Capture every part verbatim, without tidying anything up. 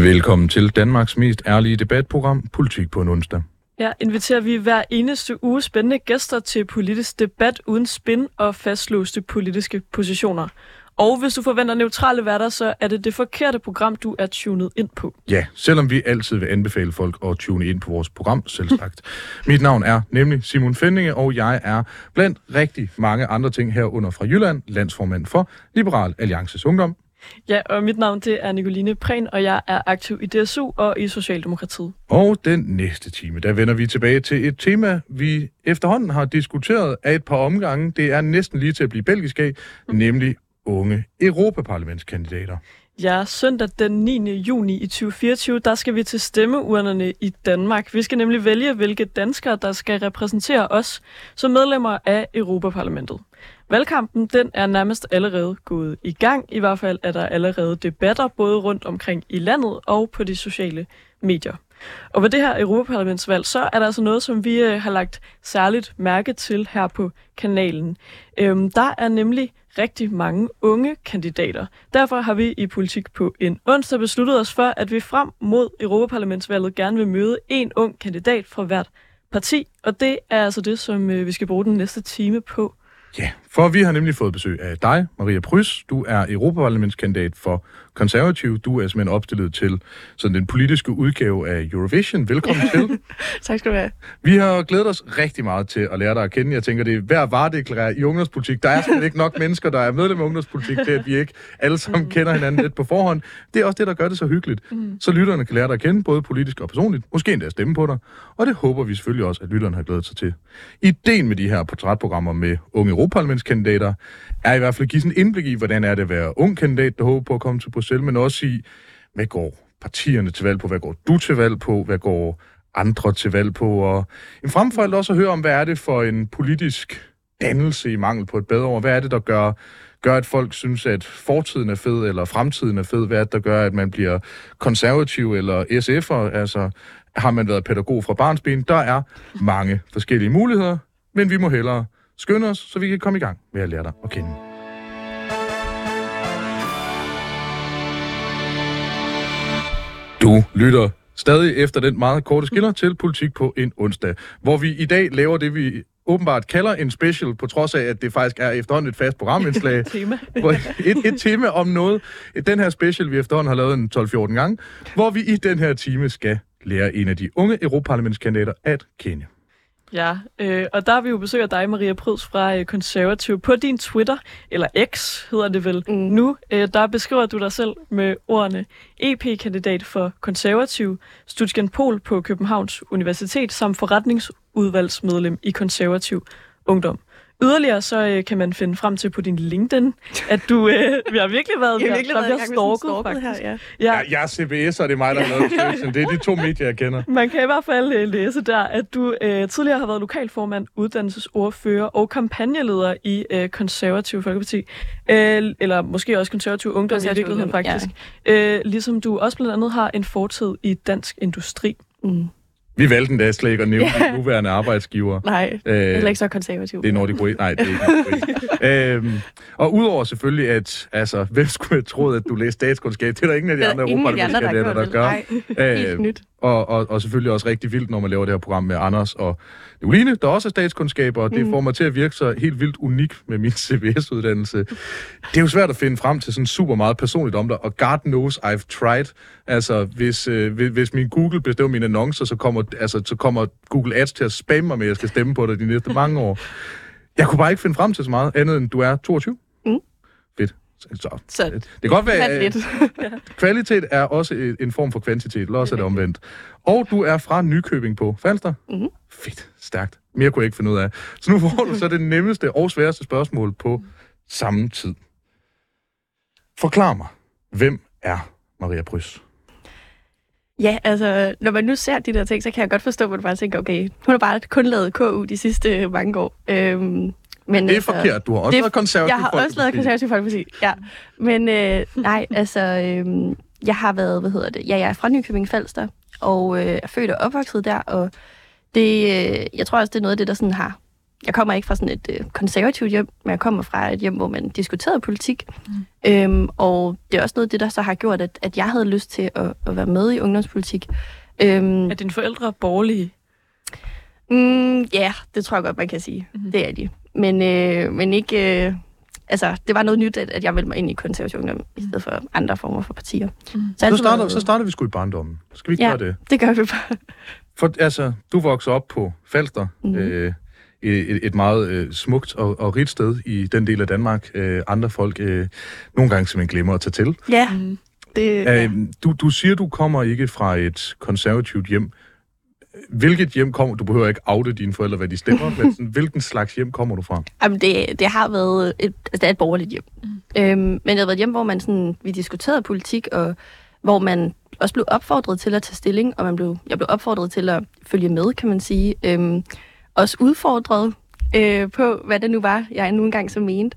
Velkommen til Danmarks mest ærlige debatprogram, Politik på en onsdag. Her inviterer vi hver eneste uge spændende gæster til politisk debat uden spin og fastlåste politiske positioner. Og hvis du forventer neutrale værter, så er det det forkerte program, du er tunet ind på. Ja, selvom vi altid vil anbefale folk at tune ind på vores program, selvsagt. Mit navn er nemlig Simon Fendinge, og jeg er blandt rigtig mange andre ting herunder fra Jylland, landsformand for Liberal Alliances Ungdom. Ja, og mit navn det er Nicoline Prehn, og jeg er aktiv i D S U og i Socialdemokratiet. Og den næste time, der vender vi tilbage til et tema, vi efterhånden har diskuteret af et par omgange. Det er næsten lige til at blive belgisk af, mm. nemlig unge europaparlamentskandidater. Ja, søndag den niende juni i tyve fireogtyve, der skal vi til stemmeurnerne i Danmark. Vi skal nemlig vælge, hvilke danskere, der skal repræsentere os som medlemmer af Europaparlamentet. Valgkampen, den er nærmest allerede gået i gang. I hvert fald er der allerede debatter, både rundt omkring i landet og på de sociale medier. Og ved det her Europaparlamentsvalg, så er der altså noget, som vi øh, har lagt særligt mærke til her på kanalen. Øhm, der er nemlig rigtig mange unge kandidater. Derfor har vi i Politik på en onsdag besluttet os for, at vi frem mod Europaparlamentsvalget gerne vil møde en ung kandidat fra hvert parti. Og det er altså det, som øh, vi skal bruge den næste time på. Ja, for vi har nemlig fået besøg af dig, Maria Prys. Du er europaparlamentskandidat for Konservative. Du er simpelthen opstillet til sådan den politiske udgave af Eurovision. Velkommen til. Tak skal du have. Vi har glædet os rigtig meget til at lære dig at kende. Jeg tænker, det er hver varedeklarere i ungdomspolitik. Der er simpelthen ikke nok mennesker, der er medlem af ungdomspolitik, til at vi ikke alle sammen mm. kender hinanden lidt på forhånd. Det er også det, der gør det så hyggeligt. Mm. Så lytterne kan lære dig at kende, både politisk og personligt. Måske endda stemme på dig. Og det håber vi selvfølgelig også, at lytterne har glædet sig til. Ideen med de her portrætprogrammer med unge europaparlamentskandidater er i hvert fald at give sådan en indblik i, hvordan er det at være ung kandidat, der håber på at komme til Bruxelles, men også i, hvad går partierne til valg på, hvad går du til valg på, hvad går andre til valg på, og frem for alt også at høre om, hvad er det for en politisk dannelse i mangel på et bedre ord, hvad er det, der gør, gør, at folk synes, at fortiden er fed, eller fremtiden er fed, hvad er det, der gør, at man bliver konservativ eller S F'er, altså har man været pædagog fra barnsben, der er mange forskellige muligheder, men vi må hellere skynde os, så vi kan komme i gang med at lære dig at kende. Du lytter stadig efter den meget korte skiller til Politik på en onsdag, hvor vi i dag laver det, vi åbenbart kalder en special, på trods af, at det faktisk er efterhånden et fast programindslag. tema. et, et tema om noget. Den her special, vi efterhånden har lavet en tolv fjorten gange, hvor vi i den her time skal lære en af de unge europaparlamentskandidater at kende. Ja, øh, og der har vi jo besøg af dig, Maria Prys fra øh, Konservative. På din Twitter, eller X hedder det vel mm. nu, øh, der beskriver du dig selv med ordene E P-kandidat for Konservative, student pol på Københavns Universitet, samt forretningsudvalgsmedlem i Konservativ Ungdom. Yderligere så øh, kan man finde frem til på din LinkedIn, at du øh, vi har virkelig været, jeg har virkelig der, været der stalket, her, ja. Ja. Jeg, jeg er C B S, og det er mig, der har lavet det. Det er de to medier, jeg kender. Man kan i hvert fald øh, læse der, at du øh, tidligere har været lokalformand, uddannelsesordfører og kampagneleder i øh, Konservative Folkeparti. Øh, eller måske også Konservative Ungdom i virkeligheden faktisk. Ja. Øh, ligesom du også blandt andet har en fortid i Dansk Industri. Mm. Vi valgte en dag slet ikke at nævne yeah. de nuværende arbejdsgiver. Nej, øh, heller ikke så konservativ. Det er Nordic Waste. Nej, det er ikke øhm, Og udover selvfølgelig, at altså, hvem skulle have troet, at du læste statskundskab? Det er der ingen af de andre europaparlamentskandidater, der, der gør. Nej, helt nyt. Og, og, og selvfølgelig også rigtig vildt, når man laver det her program med Anders og Nicoline, der også er statskundskaber, og det mm. får mig til at virke så helt vildt unik med min C B S-uddannelse. Det er jo svært at finde frem til sådan super meget personligt om dig, og God knows I've tried. Altså, hvis, øh, hvis min Google bestemmer mine annoncer, så kommer, altså, så kommer Google Ads til at spamme mig med, at jeg skal stemme på dig de næste mange år. Jeg kunne bare ikke finde frem til så meget andet, end du er toogtyve. Mm. Fedt. Så, så det kan godt være, at kvalitet er også en form for kvantitet, eller også er det omvendt. Og du er fra Nykøbing på Falster. Mm-hmm. Fedt, stærkt. Mere kunne jeg ikke finde ud af. Så nu får du så det nemmeste og sværeste spørgsmål på samme tid. Forklar mig, hvem er Maria Prys? Ja, altså, når man nu ser de der ting, så kan jeg godt forstå, hvor du bare tænker, okay, hun har bare kun lavet K U de sidste mange år. Øhm, men det er altså, forkert, du har også lavet konservativ Jeg har også lavet konservativ folkeparti, ja. Men øh, nej, altså, øh, jeg har været, hvad hedder det, ja, jeg er fra Nykøbing Falster, og øh, er født og opvokset der, og det, øh, jeg tror også, det er noget af det, der sådan har jeg kommer ikke fra sådan et øh, konservativt hjem, men jeg kommer fra et hjem, hvor man diskuterede politik. Mm. Øhm, og det er også noget af det, der så har gjort, at, at jeg havde lyst til at, at være med i ungdomspolitik. Øhm, er dine forældre borgerlige? Mm, ja, yeah, det tror jeg godt, man kan sige. Mm. Det er de. Men, øh, men ikke... Øh, altså, det var noget nyt, at, at jeg meldte mig ind i konservativ ungdom, mm. i stedet for andre former for partier. Mm. Så, så, starter, så starter vi sgu i barndommen. Skal vi ikke ja, gøre det? det gør vi bare. For altså, du voksede op på Falster, mm. øh, et, et meget øh, smukt og, og rigt sted i den del af Danmark. Øh, andre folk øh, nogle gange simpelthen glemmer at tage til. Ja. Mm. Det, ja. Øh, du, du siger, du kommer ikke fra et konservativt hjem. Hvilket hjem kommer du? behøver ikke oute dine forældre, hvad de stemmer, men sådan, hvilken slags hjem kommer du fra? Jamen, det, det har været et, altså, det er et borgerligt hjem. Mm. Øhm, men det har været et hjem, hvor man sådan, vi diskuterede politik, og hvor man også blev opfordret til at tage stilling, og man blev, jeg blev opfordret til at følge med, kan man sige. Øhm, også udfordret øh, på, hvad det nu var, jeg nu engang så mente.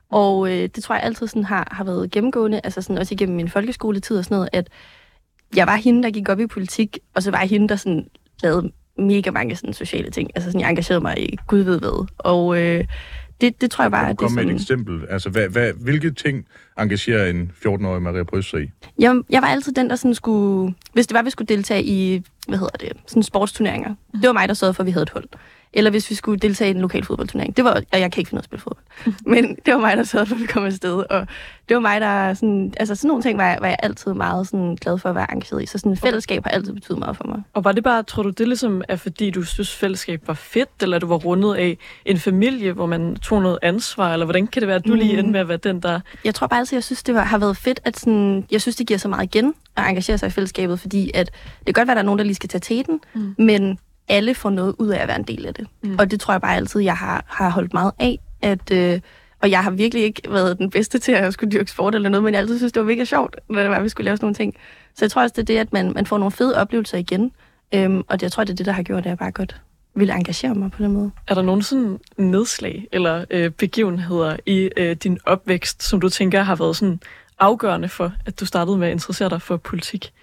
Og øh, det tror jeg altid sådan har, har været gennemgående, altså sådan også igennem min folkeskoletid og sådan noget, at jeg var hende, der gik op i politik, og så var jeg hende, der sådan lavede mega mange sådan sociale ting. Altså sådan, jeg engagerede mig i Gud ved hvad. Og øh, det, det tror jeg bare, at det er sådan... Kom med et eksempel. Altså, hvad, hvad, hvilke ting engagerer en fjorten-årig Maria Brys sig i? Jeg, jeg var altid den, der sådan skulle... Hvis det var, vi skulle deltage i, hvad hedder det, sådan sportsturneringer. Mm. Det var mig, der sørgede for, at vi havde et hold. Eller hvis vi skulle deltage i en lokal fodboldturnering. Det var, og jeg kan ikke finde ud af at spille fodbold. Men det var mig, der sørgede for, at vi kom afsted. Og det var mig, der sådan... Altså sådan nogle ting var jeg, var jeg altid meget sådan glad for at være engageret i. Så sådan et fællesskab har altid betydet meget for mig. Og var det bare, tror du, det ligesom er, fordi du synes, fællesskab var fedt? Eller du var rundet af en familie, hvor man tog noget ansvar? Eller hvordan kan det være, at du lige endte med at være den, der... Jeg tror bare altid, jeg synes, det var, har været fedt, at sådan... Jeg synes, det giver så meget igen at engagere sig i fællesskabet, fordi at det kan godt være, at der er nogen, der lige skal tage teten, mm. men alle får noget ud af at være en del af det. Mm. Og det tror jeg bare altid, jeg har, har holdt meget af. At, øh, og jeg har virkelig ikke været den bedste til at skulle dyrke sport eller noget, men jeg altid synes, det var virkelig sjovt, når det var, at vi skulle lave sådan nogle ting. Så jeg tror også, det er det, at man, man får nogle fede oplevelser igen. Øhm, og det, jeg tror, det er det, der har gjort, at jeg bare godt ville engagere mig på den måde. Er der nogen sådan nedslag eller øh, begivenheder i øh, din opvækst, som du tænker har været sådan afgørende for, at du startede med at interessere dig for politik?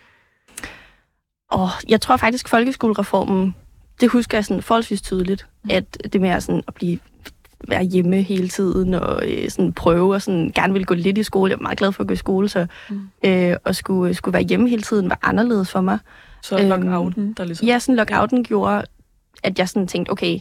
Og jeg tror faktisk, folkeskolereformen, det husker jeg sådan forholdsvis tydeligt, mm. at det med at, sådan, at blive, være hjemme hele tiden og øh, sådan prøve og sådan, gerne ville gå lidt i skole. Jeg var meget glad for at gå i skole, så mm. øh, at skulle, skulle være hjemme hele tiden var anderledes for mig. Så lockouten, der ligesom... Ja, sådan lockouten ja. gjorde, at jeg sådan tænkte, okay,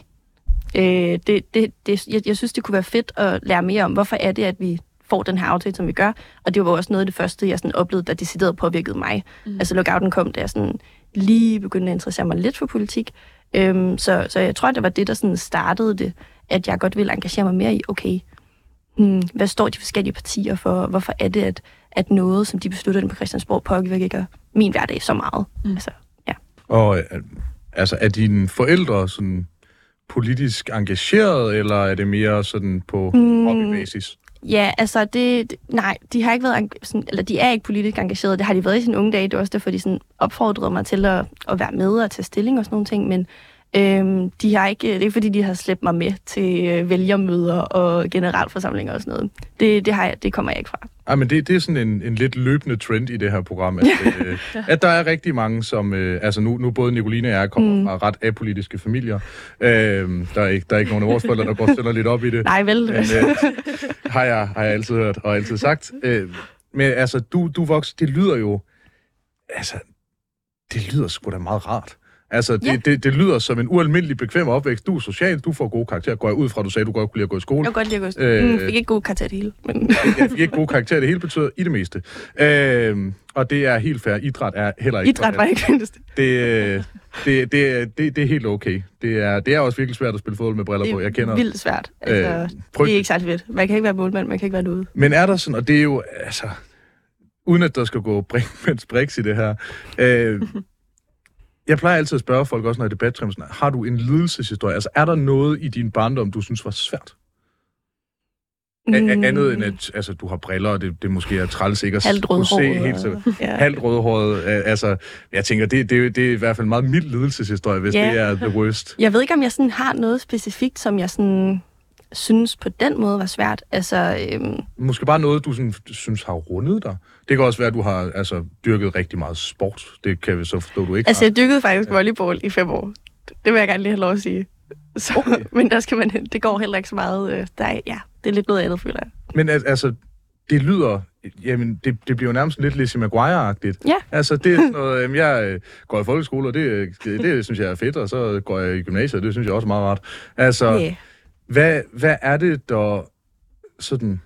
øh, det, det, det, jeg, jeg synes, det kunne være fedt at lære mere om, hvorfor er det, at vi får den her aftale, som vi gør. Og det var også noget af det første, jeg sådan oplevede, der decideret påvirkede mig. Mm. Altså lockouten kom, da jeg sådan lige begyndte at interessere mig lidt for politik. Øhm, så, så jeg tror, det var det, der sådan startede det, at jeg godt ville engagere mig mere i, okay, hmm, hvad står de forskellige partier for? Hvorfor er det, at, at noget, som de beslutter på Christiansborg, påvirker min hverdag så meget? Mm. Altså, ja. Og altså, er dine forældre sådan politisk engageret, eller er det mere sådan på mm. hobbybasis? Ja, altså det, det... Nej, de har ikke været... Sådan, eller de er ikke politisk engagerede. Det har de været i sine unge dage. Det er også derfor, de sådan opfordrede mig til at, at være med og tage stilling og sådan nogle ting. Men øhm, de har ikke... Det er ikke, fordi de har slæbt mig med til øh, vælgermøder og generalforsamlinger og sådan noget. Det, det, har jeg, det kommer jeg ikke fra. Ej, men det, det er sådan en, en lidt løbende trend i det her program, at, øh, at der er rigtig mange, som... Øh, altså nu, nu både Nicoline og jeg kommer mm. fra ret apolitiske familier. Øh, der, er ikke, der er ikke nogen af vores forældre, der går selv lidt op i det. Nej, vel. Men, øh, har, jeg, har jeg altid hørt og altid sagt. Øh, men altså, du, du vokser... Det lyder jo... Altså, det lyder sgu da meget rart. Altså, det, ja. det, det lyder som en ualmindelig bekvem opvækst. Du er social, du får gode karakterer. Går jeg ud fra, du sagde, du godt kunne lide at gå i skole. Jeg kan godt lide at gå i skole. Øh, mm, fik ikke gode karakterer det hele. Men... jeg fik ikke gode karakterer det hele, betyder i det meste. Øh, og det er helt fair. Idræt er heller ikke... Idræt var ikke det. Det, det, det, det, det er helt okay. Det er, det er også virkelig svært at spille fodbold med briller på. Jeg kender... Det er vildt svært. Altså, øh, det er ikke særlig fedt. Man kan ikke være målmand, man kan ikke være ude. Men er der sådan, og det er jo... altså uden at der skal gå brinkmænds briks i det her... Øh, Jeg plejer altid at spørge folk, også når jeg debattræmmer, sådan, har du en lidelseshistorie? Altså, er der noget i din barndom, du synes var svært? Mm. A- andet end, at altså, du har briller, og det, det måske er træls ikke at kunne se helt så... Ja. Halvt rødhåret. Altså, jeg tænker, det, det, det er i hvert fald en meget mild lidelseshistorie, hvis yeah. det er the worst. Jeg ved ikke, om jeg sådan har noget specifikt, som jeg sådan synes på den måde var svært. Altså, øhm... Måske bare noget, du sådan, synes har rundet dig. Det kan også være, at du har altså, dyrket rigtig meget sport. Det kan vi så forstå, du ikke Altså, har. jeg dyrkede faktisk volleyball i fem år. Det vil jeg gerne lige have lov at sige. Så, okay. Men der skal man, det går heller ikke så meget. Øh, der er, ja, det er lidt noget andet, føler jeg. Men altså, det lyder... Jamen, det, det bliver jo nærmest lidt Lizzie McGuire-agtigt. Ja. Altså, det er sådan noget... Jamen, jeg øh, går i folkeskole, og det, det, det synes jeg er fedt, og så går jeg i gymnasiet, og det synes jeg også er meget rart. Altså, yeah. hvad, hvad er det, der sådan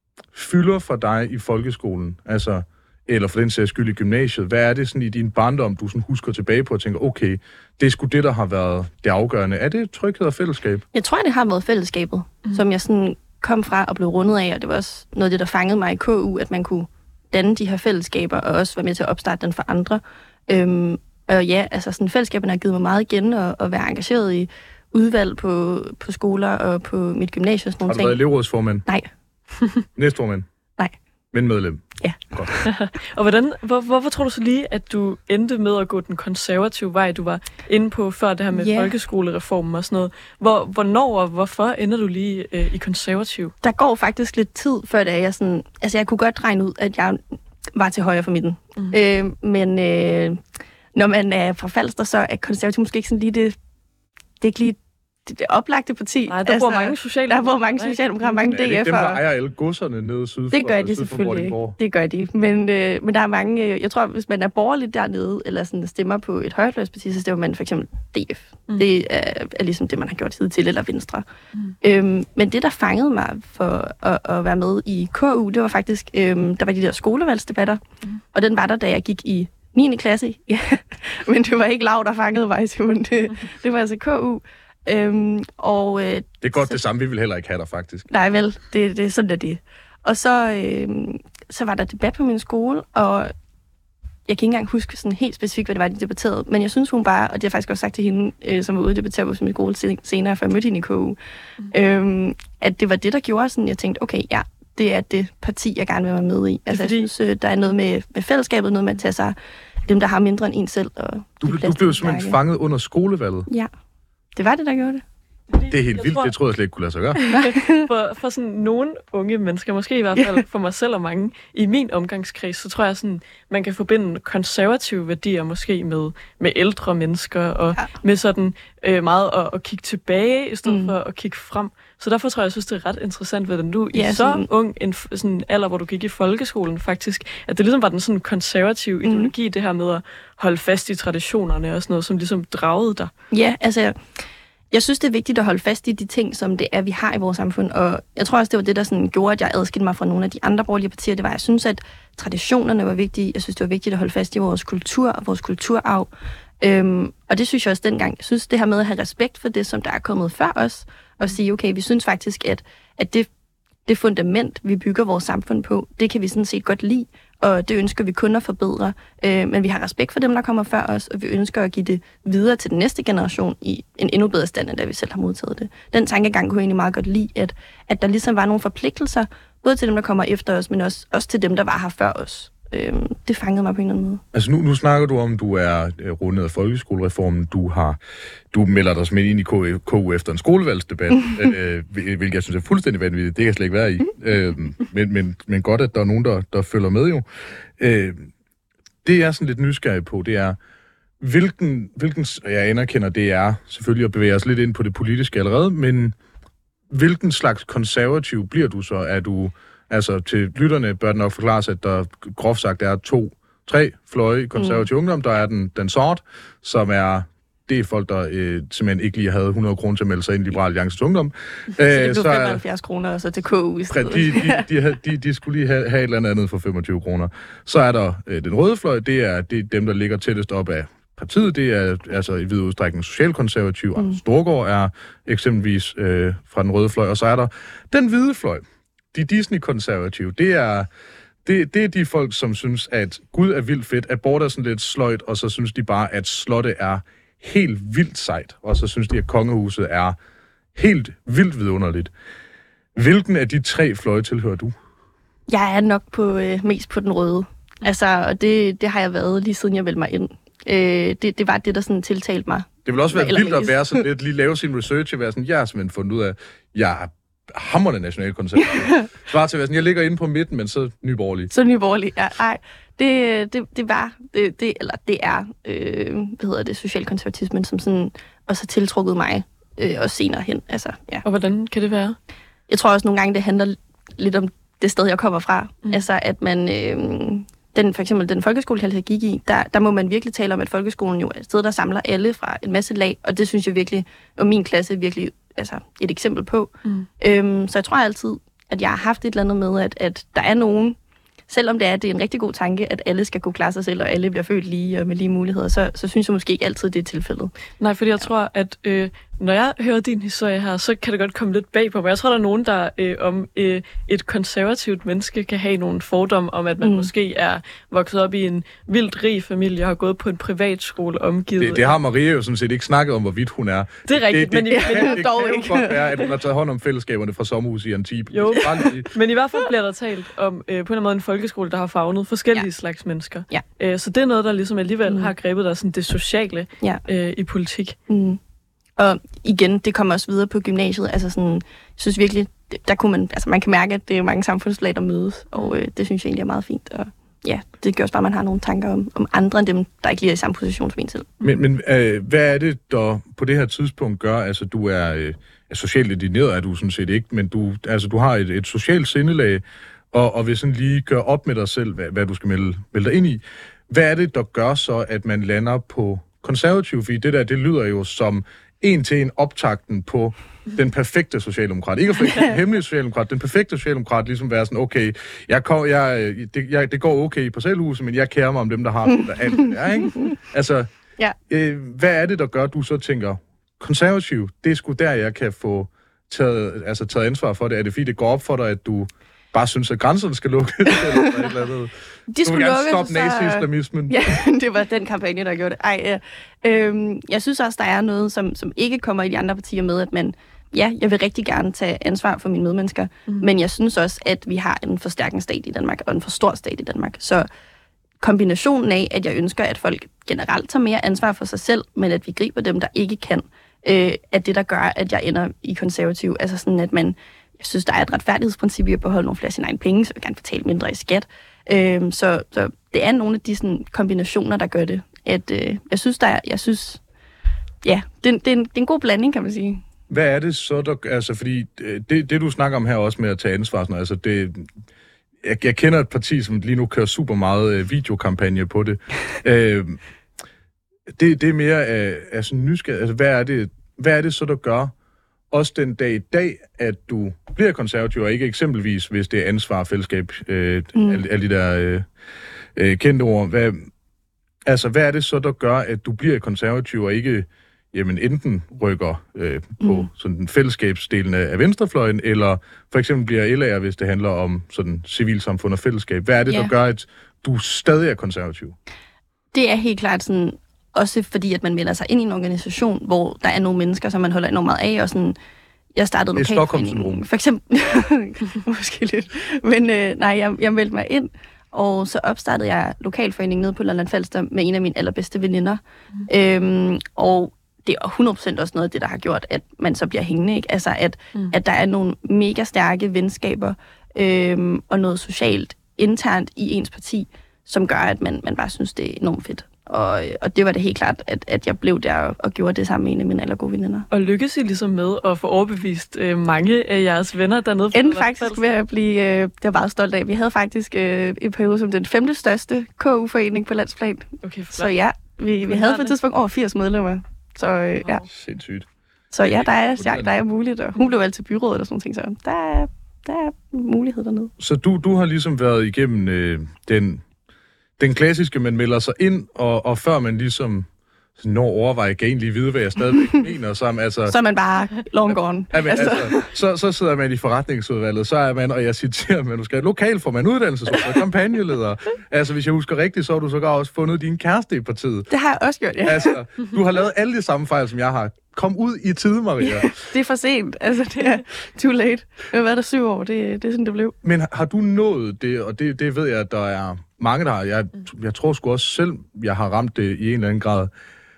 fylder for dig i folkeskolen? Altså, eller for den sags skyld i gymnasiet. Hvad er det sådan i din barndom, du sådan husker tilbage på og tænker, okay, det er sgu det, der har været det afgørende. Er det tryghed og fællesskab? Jeg tror, det har været fællesskabet, mm. som jeg sådan kom fra og blev rundet af, og det var også noget af det, der fangede mig i K U, at man kunne danne de her fællesskaber, og også være med til at opstarte den for andre. Øhm, og ja, altså sådan fællesskaberne har givet mig meget igen, og, og være engageret i udvalg på, på skoler og på mit gymnasium. Sådan nogle har du været elevrådsformand? Nej. Næstformand? Nej. Men medlem? Ja. Godt. Og hvordan, hvor, hvorfor tror du så lige, at du endte med at gå den konservative vej, du var inde på før det her med yeah. folkeskolereformen og sådan noget? Hvor, hvornår og hvorfor ender du lige øh, i konservativ? Der går faktisk lidt tid, før det er jeg sådan... Altså, jeg kunne godt regne ud, at jeg var til højre for midten. Mm. Øh, men øh, når man er fra Falster, så er konservativ måske ikke sådan lige det... Det er ikke lige det, det oplagte parti. Nej, der altså, bor mange socialdemokrater. Der bor mange socialdemokrater, mange D F'ere. Er det dem, der ejer alle godserne nede syd for? Det gør de selvfølgelig. Det gør de. Men, øh, men der er mange... Øh, jeg tror, hvis man er borgerlig dernede, eller sådan stemmer på et højrefløjsparti, så stemmer man for eksempel D F. Mm. Det er, er ligesom det, man har gjort hidtil, eller Venstre. Mm. Øhm, men det, der fangede mig for at, at være med i K U, det var faktisk... Øhm, der var de der skolevalgsdebatter, mm. og den var der, da jeg gik i niende klasse. Ja. Men det var ikke Lav, der fangede mig, Simon. Det, det var altså K U. Øhm, og, øh, det er godt så, det samme, vi vil heller ikke have der, faktisk. Nej vel, det, det er sådan, det er det. Og så, øh, så var der debat på min skole, og jeg kan ikke engang huske sådan helt specifikt, hvad det var, de debatterede, men jeg synes hun bare, og det har jeg faktisk også sagt til hende, øh, som var ude og debattere på min skole senere, før jeg mødte hende i K U, mm. øh, at det var det, der gjorde sådan, jeg tænkte, okay, ja, det er det parti, jeg gerne vil være med i. Altså, fordi... jeg synes, øh, der er noget med, med fællesskabet, noget med at tage sig dem, der har mindre end en selv. Og du, du blev simpelthen fanget under skolevalget? Ja. Det var det, der gjorde det. Det er helt vildt, tror, det troede jeg slet ikke kunne lade sig gøre. for, for sådan nogle unge mennesker, måske i hvert fald for mig selv og mange, i min omgangskreds, så tror jeg sådan, man kan forbinde konservative værdier måske med, med ældre mennesker, og ja. med sådan øh, meget at, at kigge tilbage, i stedet mm. for at kigge frem. Så derfor tror jeg, jeg synes, det er ret interessant, hvordan du ja, i så sådan... ung en sådan alder, hvor du gik i folkeskolen faktisk, at det ligesom var den sådan konservative mm. ideologi, det her med at holde fast i traditionerne og sådan noget, som ligesom dragede dig. Ja, altså... Jeg synes, det er vigtigt at holde fast i de ting, som det er, vi har i vores samfund. Og jeg tror også, det var det, der sådan gjorde, at jeg adskilte mig fra nogle af de andre borgerlige partier. Det var, jeg synes, at traditionerne var vigtige. Jeg synes, det var vigtigt at holde fast i vores kultur og vores kulturarv. Øhm, og det synes jeg også dengang. Jeg synes, det her med at have respekt for det, som der er kommet før os, og sige, okay, vi synes faktisk, at, at det, det fundament, vi bygger vores samfund på, det kan vi sådan set godt lide. Og det ønsker vi kun at forbedre. Øh, men vi har respekt for dem, der kommer før os, og vi ønsker at give det videre til den næste generation i en endnu bedre stand, end da vi selv har modtaget det. Den tankegang kunne jeg egentlig meget godt lide, at, at der ligesom var nogle forpligtelser, både til dem, der kommer efter os, men også, også til dem, der var her før os. Øh, det fangede mig på en eller anden måde. Altså nu, nu snakker du om, du er rundet af folkeskolereformen, du har du melder dig som ind i K U efter en skolevalgsdebat, øh, hvilket jeg synes er fuldstændig vanvittigt. Det kan jeg slet ikke være i. øh, men, men, men godt, at der er nogen, der, der følger med jo. Øh, det jeg er sådan lidt nysgerrig på, det er, hvilken, hvilken, jeg anerkender, det er selvfølgelig at bevæge os lidt ind på det politiske allerede, men hvilken slags konservativ bliver du så? Er du... Altså, til lytterne bør det nok forklares, at der groft sagt er to, tre fløje i konservativ mm. ungdom. Der er den, den sort, som er, det er folk, der øh, simpelthen ikke lige havde hundrede kroner til at melde sig ind i Liberal Alliances Ungdom. Så det blev femoghalvfjerds kroner, og så til K U i stedet. De, de, de, de, de skulle lige have, have et eller andet for femogtyve kroner. Så er der øh, den røde fløj, det er, det er dem, der ligger tættest op af partiet. Det er altså i vid udstrækning socialkonservativ, og mm. Storgård er eksempelvis øh, fra den røde fløj. Og så er der den hvide fløj. De Disney-konservative, det er, det, det er de folk, som synes, at Gud er vildt fedt, abort er sådan lidt sløjt, og så synes de bare, at slottet er helt vildt sejt, og så synes de, at kongehuset er helt vildt vidunderligt. Hvilken af de tre fløje tilhører du? Jeg er nok på, øh, mest på den røde. Altså, og det, det har jeg været lige siden jeg meldte mig ind. Øh, det, det var det, der sådan tiltalte mig. Det vil også være vildt at være sådan lidt, lige lave sin research og være sådan, jeg har simpelthen fundet ud af, jeg er hamrende nationalkonservativ. Svar til at være sådan, jeg ligger inde på midten, men så nyborgerlig. Så nyborgerlig, ja. Ej, det, det, det var, det, det, eller det er, øh, hvad hedder det, socialkonservatismen, som sådan også har tiltrukket mig øh, også senere hen. Altså, ja. Og hvordan kan det være? Jeg tror også nogle gange, det handler lidt om det sted, jeg kommer fra. Mm. Altså, at man... Øh, den, for eksempel den folkeskole, jeg gik i, der, der må man virkelig tale om, at folkeskolen jo er et sted, der samler alle fra en masse lag, og det synes jeg virkelig, og min klasse virkelig altså et eksempel på. Mm. Øhm, så jeg tror altid, at jeg har haft et eller andet med, at, at der er nogen, selvom det er, det er en rigtig god tanke, at alle skal kunne klare sig selv, og alle bliver født lige og med lige muligheder, så, så synes jeg måske ikke altid, det er tilfældet. Nej, fordi jeg tror, at øh, når jeg hører din historie her, så kan det godt komme lidt bag på mig. Jeg tror, der er nogen, der øh, om øh, et konservativt menneske kan have nogle fordomme om, at man mm. måske er vokset op i en vildt rig familie og har gået på en privatskole omgivet. Det, det har Maria jo sådan set ikke snakket om, hvorvidt hun er. Det er rigtigt, det, det, men, det, men, det, det dog kan ikke. Godt være, at hun har taget hånd om fællesskaberne fra sommerhus i Antibes. Jo, men i hvert fald bliver der talt om øh, på en måde en folkeskole, der har favnet forskellige ja. slags mennesker. Ja. Øh, så det er noget, der ligesom alligevel mm. har grebet dig sådan det sociale ja. øh, i politik. Mm. Og igen, det kommer også videre på gymnasiet. Altså sådan, jeg synes virkelig, der kunne man, altså man kan mærke, at det er mange samfundslag, der mødes, og øh, det synes jeg egentlig er meget fint. Og ja, det gør også bare, at man har nogle tanker om, om andre end dem, der ikke lige er i samme position som en selv. Men, men øh, hvad er det, der på det her tidspunkt gør, altså du er, øh, er socialt indineret, er du sådan set ikke, men du, altså, du har et, et socialt sindelag, og, og vil sådan lige gøre op med dig selv, hvad, hvad du skal melde, melde dig ind i. Hvad er det, der gør så, at man lander på konservativ? Fordi det der, det lyder jo som en til en optakten på den perfekte socialdemokrat. Ikke den hemmelige socialdemokrat, den perfekte socialdemokrat, ligesom være sådan, okay, jeg kom, jeg, det, jeg, det går okay i parcelhuset, men jeg kærer mig om dem, der har der alt det der, ikke? Altså, ja. øh, hvad er det, der gør, at du så tænker, konservativ, det er sgu der, jeg kan få taget, altså, taget ansvar for det. Er det fordi, det går op for dig, at du bare synes, at grænserne skal lukkes? eller et eller andet? De skulle lukkes, stoppe nazi-islamismen. Ja, det var den kampagne, der gjorde det. Ej, ja. øhm, jeg synes også, der er noget, som, som ikke kommer i de andre partier med, at man, ja, jeg vil rigtig gerne tage ansvar for mine medmennesker, mm. men jeg synes også, at vi har en for stærk stat i Danmark, og en for stor stat i Danmark. Så kombinationen af, at jeg ønsker, at folk generelt tager mere ansvar for sig selv, men at vi griber dem, der ikke kan, øh, er det, der gør, at jeg ender i konservativ. Altså sådan, at man, jeg synes, der er et retfærdighedsprincip i at beholde nogle flere af sine egne penge, så jeg vil gerne betale mindre i skat. Øh, så, så det er nogle af de sådan, kombinationer, der gør det. At, øh, jeg synes, der er, jeg synes, ja, det, det, er en, det er en god blanding, kan man sige. Hvad er det så, der, altså fordi det, det du snakker om her også med at tage ansvar, sådan, altså det, jeg, jeg kender et parti, som lige nu kører super meget øh, videokampagne på det. øh, det. Det er mere af, af sådan nysgerrig, altså hvad er det, hvad er det så, der gør, også den dag i dag, at du bliver konservativ, og ikke eksempelvis, hvis det er ansvar, fællesskab, øh, mm. alle, alle de der øh, øh, kendte ord. Hvad, altså, hvad er det så, der gør, at du bliver konservativ, og ikke jamen, enten rykker øh, på mm. sådan den fællesskabsdelen af venstrefløjen, eller for eksempel bliver L A'er, hvis det handler om sådan civilsamfund og fællesskab. Hvad er det, yeah. der gør, at du stadig er konservativ? Det er helt klart sådan, også fordi, at man melder sig ind i en organisation, hvor der er nogle mennesker, som man holder enormt meget af, og sådan, jeg startede lokalforeningen. For eksempel, måske lidt, men øh, nej, jeg, jeg meldte mig ind, og så opstartede jeg lokalforeningen nede på Lolland Falster med en af mine allerbedste veninder. Mm. Øhm, og det er hundrede procent også noget af det, der har gjort, at man så bliver hængende, ikke? Altså, at, mm. at der er nogle mega stærke venskaber, øhm, og noget socialt internt i ens parti, som gør, at man, man bare synes, det er enormt fedt. Og, og det var det helt klart, at, at jeg blev der og, og gjorde det sammen med en af mine allergode veninder. Og lykkes I ligesom med at få overbevist øh, mange af jeres venner dernede? Endte faktisk ved at blive, øh, det var meget stolt af. Vi havde faktisk øh, en periode som den femte største K U-forening på landsplan. Okay, så ja, vi, vi havde på et tidspunkt over firs medlemmer. Så øh, ja. Sindssygt. Så ja, der er, ja, der er muligt, og hun blev altid byrådet og sådan noget, så der er, der er mulighed dernede. Så du, du har ligesom været igennem øh, den... Den klassiske, man melder sig ind, og, og før man ligesom når overvejer, kan egentlig vide, hvad jeg stadigvæk mener. Så, altså, så er man bare long gone. Jamen, altså. Altså, så, så sidder man i forretningsudvalget, så er man, og jeg citerer, man, du skal lokalformand, uddannelsesudvalg, kampagneleder. Altså, hvis jeg husker rigtigt, så har du sågar også fundet din kæreste i partiet. Det har jeg også gjort, ja. Altså, du har lavet alle de samme fejl, som jeg har. Kom ud i tide, Maria. Ja, det er for sent. Altså, det er too late. Det har været der syv år. Det, det er sådan, det blev. Men har du nået det, og det, det ved jeg, at der er mange, der har. Jeg, jeg tror sgu også selv, jeg har ramt det i en eller anden grad.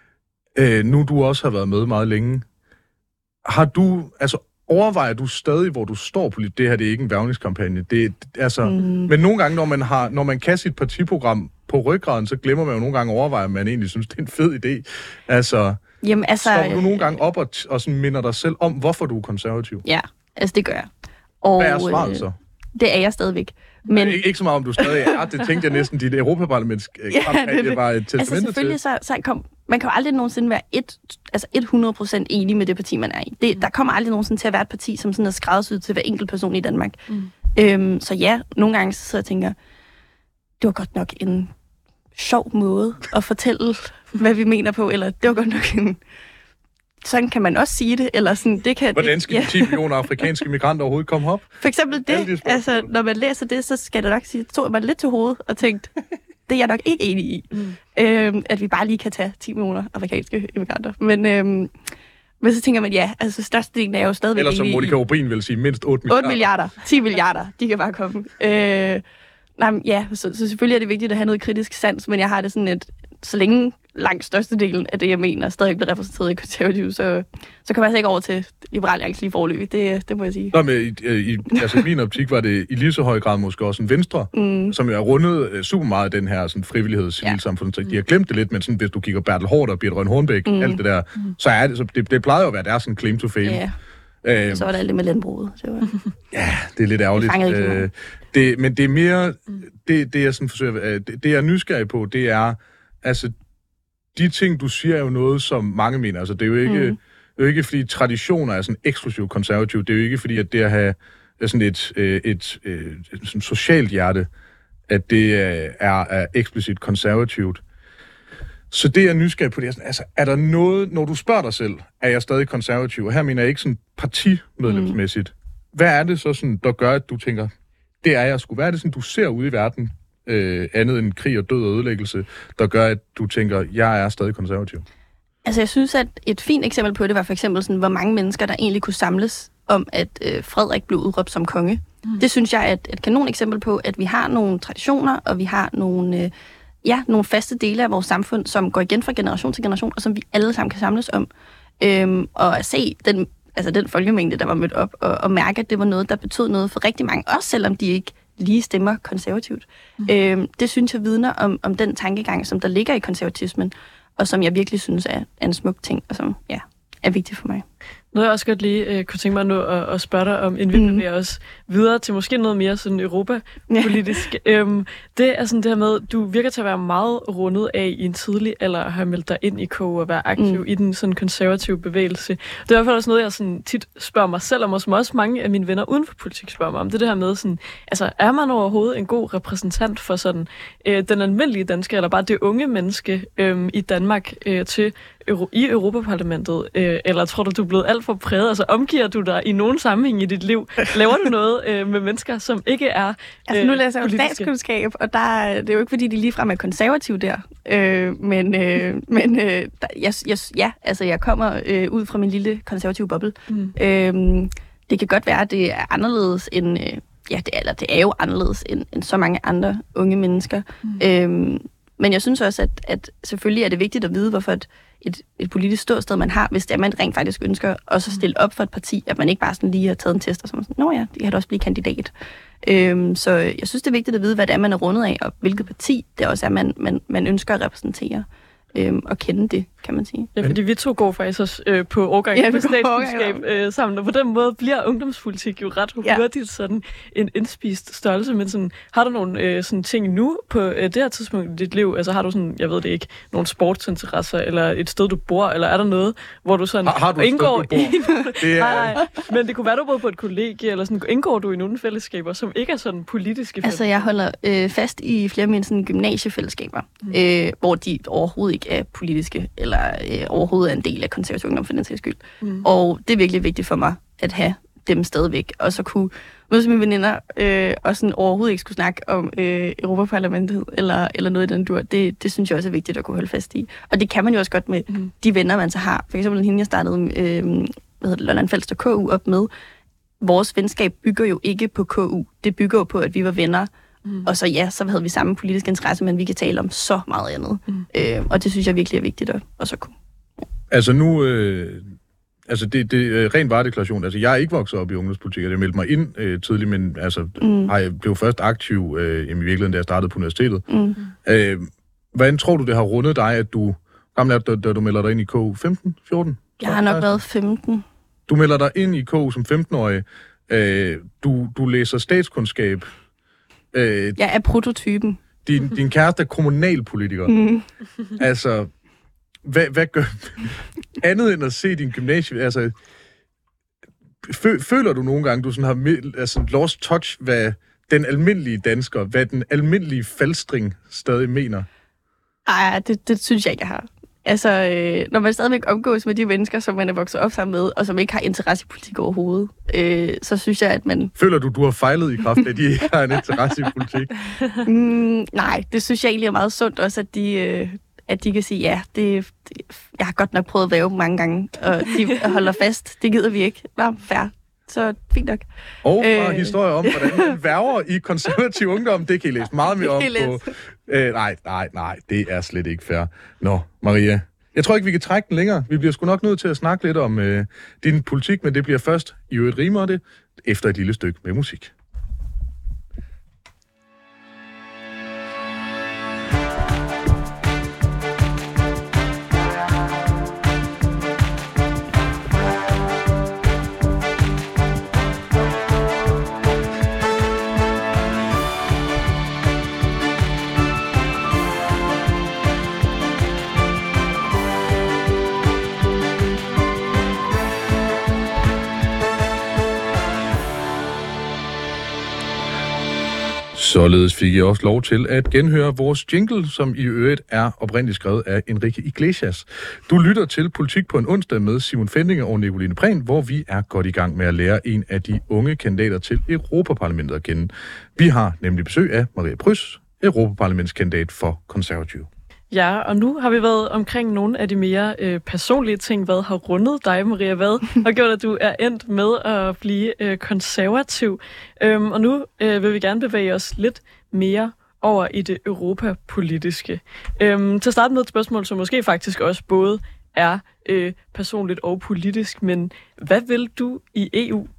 Øh, nu du også har været med meget længe. Har du, altså overvejer du stadig, hvor du står på det her, det er ikke en værvningskampagne. Det, altså, mm. Men nogle gange, når man, har, når man kan sit partiprogram på ryggraden, så glemmer man jo nogle gange at overveje, at man egentlig synes, det er en fed idé. Altså... Jamen, altså... Står du nogle gange op og, t- og sådan minder dig selv om, hvorfor du er konservativ? Ja, altså det gør jeg. Og, Hvad er svaret så? Det er jeg stadigvæk. Men ikke, ikke så meget, om du stadig er. Det tænkte jeg næsten, dit Europaparlaments ja, det, det var et testamente altså, selvfølgelig så, så kom, man kan jo aldrig nogensinde være et, altså hundrede procent enig med det parti, man er i. Det, mm. Der kommer aldrig nogensinde til at være et parti, som sådan er skræddersyet til hver enkelt person i Danmark. Mm. Øhm, så ja, nogle gange så sidder jeg og tænker, det var godt nok en sjov måde at fortælle, hvad vi mener på, eller det var godt nok en... Sådan kan man også sige det, eller sådan, det kan... Hvordan skal ja. de ti millioner afrikanske migranter overhovedet komme op? For eksempel det, de altså, når man læser det, så skal det nok sige, tog man lidt til hovedet og tænkt, det er jeg nok ikke enig i, mm. øhm, at vi bare lige kan tage ti millioner afrikanske immigranter. Men, øhm, men så tænker man, ja, altså størstedelen er jo stadigvæk eller som Monika Rubin vil sige, mindst otte milliarder. otte milliarder, ti milliarder, de kan bare komme. Øh, nej, ja, så, så selvfølgelig er det vigtigt at have noget kritisk sans, men jeg har det sådan, at så længe langt størstedelen af det, jeg mener, stadig bliver repræsenteret i konservative, så, så kommer jeg altså ikke over til Liberal Alliance lige forløbig. Det, det må jeg sige. Nå, men i, i, altså, i min optik var det i lige så høj grad måske også en Venstre, mm. som jo er rundet uh, super meget af den her sådan, frivillighed, civilsamfund. Ja. De har glemt det lidt, men sådan, hvis du kigger Bertel Haarder og Birthe Rønn Hornbæk, mm. alt det der, mm. så er det, så det, det plejede jo at være deres sådan, claim to fame. Ja. Øhm, så var der alt det med landbruget. Det var... ja, det er lidt ærgerligt. Det øh, det, men det er mere, det, det jeg sådan forsøger, det, det jeg er nysgerrig på, det er, altså, de ting, du siger, er jo noget, som mange mener. Altså, det er jo ikke, mm. det er jo ikke fordi traditioner er sådan eksklusivt konservativt. Det er jo ikke fordi, at det at have sådan et, et, et, et, et sådan socialt hjerte, at det er, er eksplicit konservativt. Så det, jeg er nysgerrig på, det er sådan, altså, er der noget, når du spørger dig selv, er jeg stadig konservativ? Og her mener jeg ikke sådan partimedlemsmæssigt. Mm. Hvad er det så, sådan, der gør, at du tænker, det er jeg sgu? Hvad er det, sådan, du ser ude i verden, øh, andet end krig og død og ødelæggelse, der gør, at du tænker, jeg er stadig konservativ? Altså, jeg synes, at et fint eksempel på det var for eksempel sådan, hvor mange mennesker, der egentlig kunne samles om, at øh, Frederik blev udråbt som konge. Mm. Det synes jeg er et, et kanon eksempel på, at vi har nogle traditioner, og vi har nogle... Øh, ja, nogle faste dele af vores samfund, som går igen fra generation til generation, og som vi alle sammen kan samles om. Øhm, og at se den, altså den folkemængde, der var mødt op, og, og mærke, at det var noget, der betød noget for rigtig mange, også selvom de ikke lige stemmer konservativt. Mm. Øhm, det synes jeg vidner om, om den tankegang, som der ligger i konservatismen, og som jeg virkelig synes er, er en smuk ting, og som ja, er vigtig for mig. Noget jeg også godt lige øh, kunne tænke mig nu at, at spørge dig om, inden vi mm. bevæger os videre til måske noget mere sådan Europa-politisk. Ja. Øhm, det er sådan det her med, du virker til at være meget rundet af i en tidlig alder at have meldt dig ind i K U og være aktiv mm. i den sådan konservative bevægelse. Det er i hvert fald også noget, jeg sådan tit spørger mig selv om, og som også mange af mine venner uden for politik spørger mig om. Det er det her med, sådan, altså, er man overhovedet en god repræsentant for sådan øh, den almindelige dansker, eller bare det unge menneske øh, i Danmark øh, til Euro- i Europaparlamentet? Øh, eller tror du, du er blevet alt for præget? Altså omgiver du dig i nogen sammenhæng i dit liv? Laver du noget øh, med mennesker, som ikke er øh, altså nu læser jeg jo statskundskab, og der, det er jo ikke fordi, de ligefrem er konservative der. Øh, men øh, men øh, der, jeg, jeg, ja, altså jeg kommer øh, ud fra min lille konservative boble. Mm. Øh, det kan godt være, at det er anderledes end... Øh, ja, det er, eller det er jo anderledes end, end så mange andre unge mennesker. Mm. Øh, men jeg synes også, at, at selvfølgelig er det vigtigt at vide, hvorfor et Et, et politisk ståsted, man har, hvis det er, man rent faktisk ønsker også at stille op for et parti, at man ikke bare sådan lige har taget en test og sådan, nå ja, det kan da også blive kandidat. Øhm, så jeg synes, det er vigtigt at vide, hvad det er, man er rundet af, og hvilket parti det også er, man, man, man ønsker at repræsentere. Øhm, og kende det, kan man sige. Ja, fordi vi to går faktisk også øh, på årgang ja, på statskundskab øh, sammen, og på den måde bliver ungdomspolitik jo ret hurtigt ja. sådan en indspist størrelse, men sådan, har du nogle øh, sådan ting nu på øh, det her tidspunkt i dit liv? Altså har du sådan, jeg ved det ikke, nogle sportsinteresser, eller et sted, du bor, eller er der noget, hvor du sådan har, har du indgår sted, du i... er... nej, men det kunne være, du boede på et kollegie, eller sådan, indgår du i nogle fællesskaber, som ikke er sådan politiske Altså jeg holder øh, fast i flere af mine sådan, gymnasiefællesskaber, mm. øh, hvor de overhovedet ikke er politiske, eller øh, overhovedet er en del af konservativ ungdom for den sags skyld. Mm. Og det er virkelig vigtigt for mig, at have dem stadigvæk, og så kunne mødes med mine veninder, øh, og sådan overhovedet ikke skulle snakke om øh, Europaparlamentet, eller, eller noget i den dur. Det, det synes jeg også er vigtigt at kunne holde fast i. Og det kan man jo også godt med mm. de venner, man så har. For eksempel hende, jeg startede øh, hvad hedder det, Lolland Falster K U op med. Vores venskab bygger jo ikke på K U. Det bygger jo på, at vi var venner. Mm. Og så ja, så havde vi samme politiske interesse, men vi kan tale om så meget andet. Mm. Øh, og det synes jeg virkelig er vigtigt at, at så kunne. Ja. Altså nu, øh, altså det, det er ren varedeklaration. Altså jeg er ikke vokset op i ungdomspolitik, og jeg meldte mig ind øh, tidligt, men altså mm. jeg blev først aktiv øh, i virkeligheden, da jeg startede på universitetet. Mm. Øh, hvordan tror du, det har rundet dig, at du gammel er du, da du melder dig ind i K U? femten? fjorten? Jeg har nok været femten. Du melder dig ind i K U som femten-årig. Øh, du, du læser statskundskab. Øh, Jeg er prototypen. Din, din kæreste er kommunalpolitiker. Mm. Altså, hvad, hvad gør... Andet end at se din gymnasie... Altså, fø, føler du nogle gange, du sådan har altså, lost touch, hvad den almindelige dansker, hvad den almindelige falstring stadig mener? Ej, det, det synes jeg ikke, jeg har. Altså, øh, når man stadigvæk omgås med de mennesker, som man er vokset op sammen med, og som ikke har interesse i politik overhovedet, øh, så synes jeg, at man... Føler du, du har fejlet i kraft af, at de ikke har en interesse i politik? mm, nej, det synes jeg egentlig er meget sundt også, at de, øh, at de kan sige, ja, det, det, jeg har godt nok prøvet at væve mange gange, og de holder fast. Det gider vi ikke. Nå, fair. Så fint nok. Og fra øh... historier om, hvordan man værger i konservativ ungdom, det kan I læse meget mere om på... Øh, nej, nej, nej, det er slet ikke fair. Nå, Maria, jeg tror ikke, vi kan trække den længere. Vi bliver sgu nok nødt til at snakke lidt om øh, din politik, men det bliver først i øvrigt rimer det, efter et lille stykke med musik. Således fik jeg også lov til at genhøre vores jingle, som i øvrigt er oprindeligt skrevet af Enrique Iglesias. Du lytter til Politik på en onsdag med Simon Fendinge og Nicoline Prehn, hvor vi er godt i gang med at lære en af de unge kandidater til Europaparlamentet at kende. Vi har nemlig besøg af Maria Prys, Europaparlamentskandidat for Konservative. Ja, og nu har vi været omkring nogle af de mere øh, personlige ting. Hvad har rundet dig, Maria? Hvad har gjort, at du er endt med at blive øh, konservativ? Øhm, og nu øh, vil vi gerne bevæge os lidt mere over i det europapolitiske. Øhm, til at starte med et spørgsmål, som måske faktisk også både er øh, personligt og politisk, men hvad vil du i E U?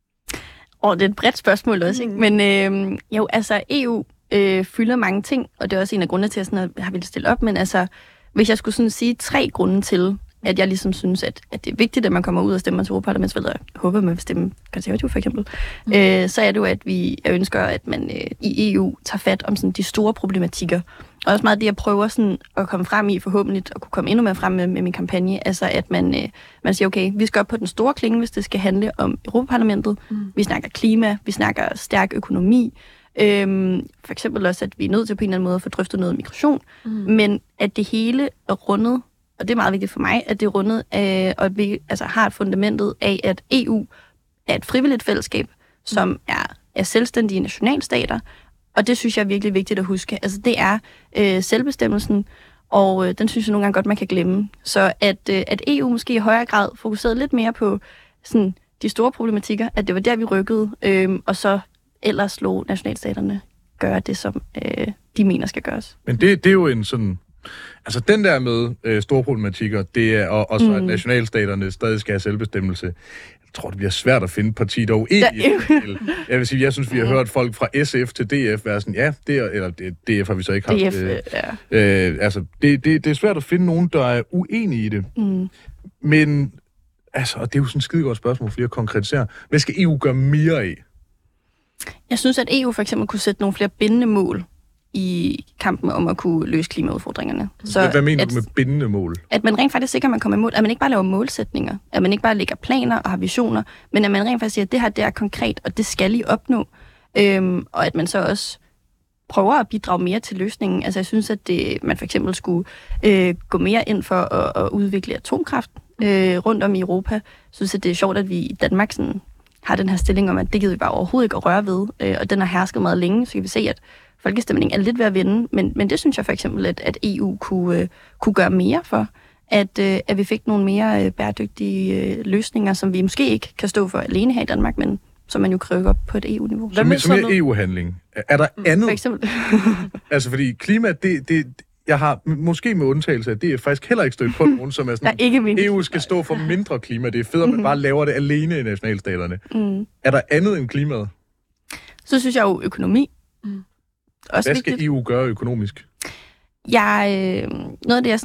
Og det er et bredt spørgsmål også, ikke? Men øh, jo, altså E U... Øh, fylder mange ting, og det er også en af grundene til, at jeg har ville stille op, men altså, hvis jeg skulle sådan sige tre grunde til, at jeg ligesom synes, at, at det er vigtigt, at man kommer ud og stemmer til Europaparlamentsvalget, og jeg håber, man vil stemme konservativ for eksempel, mm. øh, så er det jo, at vi ønsker, at man øh, i E U tager fat om sådan de store problematikker, og også meget det, jeg prøver sådan at komme frem i, forhåbentlig, og kunne komme endnu mere frem med, med min kampagne, altså at man, øh, man siger, okay, vi skal op på den store klinge, hvis det skal handle om Europaparlamentet, mm. vi snakker klima, vi snakker stærk økonomi, Øhm, for eksempel også, at vi er nødt til på en eller anden måde at få drøftet noget migration, mm. men at det hele er rundet, og det er meget vigtigt for mig, at det er rundet af, og at vi altså, har et fundamentet af, at E U er et frivilligt fællesskab, som mm. er, er selvstændige nationalstater, og det synes jeg er virkelig vigtigt at huske. Altså det er øh, selvbestemmelsen, og øh, den synes jeg nogle gange godt, man kan glemme. Så at, øh, at E U måske i højere grad fokuserede lidt mere på sådan, de store problematikker, at det var der, vi rykkede, øh, og så ellers lå nationalstaterne gøre det, som øh, de mener skal gøres. Men det, det er jo en sådan... Altså den der med øh, store problematikker, det er, og, og så mm. at nationalstaterne stadig skal have selvbestemmelse. Jeg tror, det bliver svært at finde partier, der er uenige. Jeg vil sige, jeg synes, vi har hørt folk fra S F til D F være sådan, ja, det er, eller D F har vi så ikke haft. D F, øh, ja. øh, altså, det, det, det er svært at finde nogen, der er uenige i det. Mm. Men, altså, og det er jo sådan et skidegodt spørgsmål, for at konkretisere. Hvad skal E U gøre mere af? Jeg synes, at E U for eksempel kunne sætte nogle flere bindende mål i kampen om at kunne løse klimaudfordringerne. Så hvad mener at, du med bindende mål? At man rent faktisk sikrer, at man kommer i mål. At man ikke bare laver målsætninger. At man ikke bare lægger planer og har visioner. Men at man rent faktisk siger, at det her det er konkret, og det skal I opnå. Øhm, og at man så også prøver at bidrage mere til løsningen. Altså jeg synes, at det, man for eksempel skulle øh, gå mere ind for at, at udvikle atomkraft øh, rundt om i Europa. Jeg synes, at det er sjovt, at vi i Danmark sådan har den her stilling om, at det gider vi bare overhovedet ikke at røre ved, øh, og den har hersket meget længe, så kan vi se, at folkestemningen er lidt ved at vinde, men, men det synes jeg for eksempel, at, at E U kunne, øh, kunne gøre mere for, at, øh, at vi fik nogle mere øh, bæredygtige øh, løsninger, som vi måske ikke kan stå for alene her i Danmark, men som man jo kræver op på et E U-niveau. Som, som er E U-handling. Er der andet? For eksempel. Altså fordi klima, det... det jeg har måske med undtagelse af det, er faktisk heller ikke stødt på nogen, som er sådan, er ikke E U skal stå for mindre klima. Det er fedt, at man bare laver det alene i nationalstaterne. Mm. Er der andet end klimaet? Så synes jeg jo økonomi. Mm. Også Hvad skal vigtigt. E U gøre økonomisk? Jeg, øh, noget af det, jeg sådan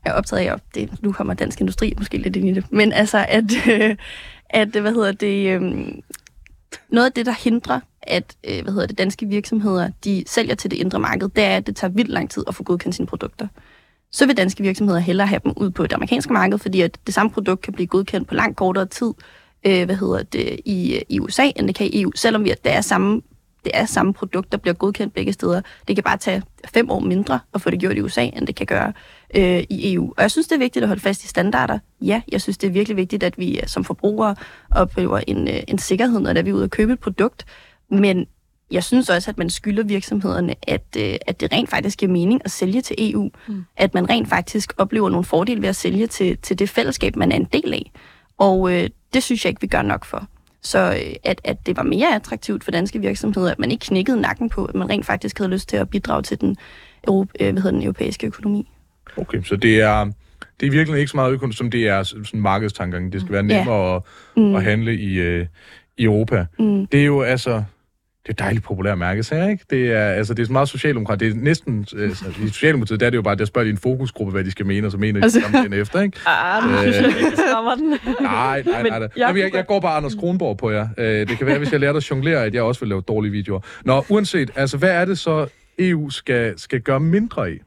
er optaget af, og det, nu kommer dansk industri måske lidt ind i det, men altså, at, øh, at hvad hedder det, øh, noget af det, der hindrer, at øh, hvad hedder det, danske virksomheder, de sælger til det indre marked, det er, at det tager vildt lang tid at få godkendt sine produkter. Så vil danske virksomheder hellere have dem ud på det amerikanske marked, fordi at det samme produkt kan blive godkendt på langt kortere tid, øh, hvad hedder det, i, i U S A, end det kan i E U, selvom vi, at det er samme det er samme produkt, der bliver godkendt begge steder. Det kan bare tage fem år mindre at få det gjort i U S A, end det kan gøre øh, i E U. Og jeg synes, det er vigtigt at holde fast i standarder. Ja, jeg synes, det er virkelig vigtigt, at vi som forbrugere oplever en, en sikkerhed, når vi er ude at købe et produkt. Men jeg synes også, at man skylder virksomhederne, at, øh, at det rent faktisk giver mening at sælge til E U. Mm. At man rent faktisk oplever nogle fordele ved at sælge til, til det fællesskab, man er en del af. Og øh, det synes jeg ikke, vi gør nok for. Så at, at det var mere attraktivt for danske virksomheder, at man ikke knækkede nakken på, at man rent faktisk havde lyst til at bidrage til den, Europa, hvad hedder den europæiske økonomi. Okay, så det er, det er virkelig ikke så meget økonomi, som det er sådan markedstankegang. Det skal være nemmere ja. at, mm. at handle i, øh, i Europa. Mm. Det er jo altså... Det er et dejligt populært mærke, sagde jeg, ikke? Det er, altså, det er meget socialdemokrat. Det er næsten... Altså, i Socialdemokratiet, der er det jo bare, der spørger de en fokusgruppe, hvad de skal mene, og så mener de altså, sammen den efter, ikke? Ah, nu synes jeg ikke, det strammer den. Nej, nej, nej. nej. Jeg, jeg, jeg går bare Anders Kronborg på jer. Det kan være, hvis jeg lærer dig at jonglere, at jeg også vil lave dårlige videoer. Nå, uanset, altså, hvad er det så, E U skal, skal gøre mindre i?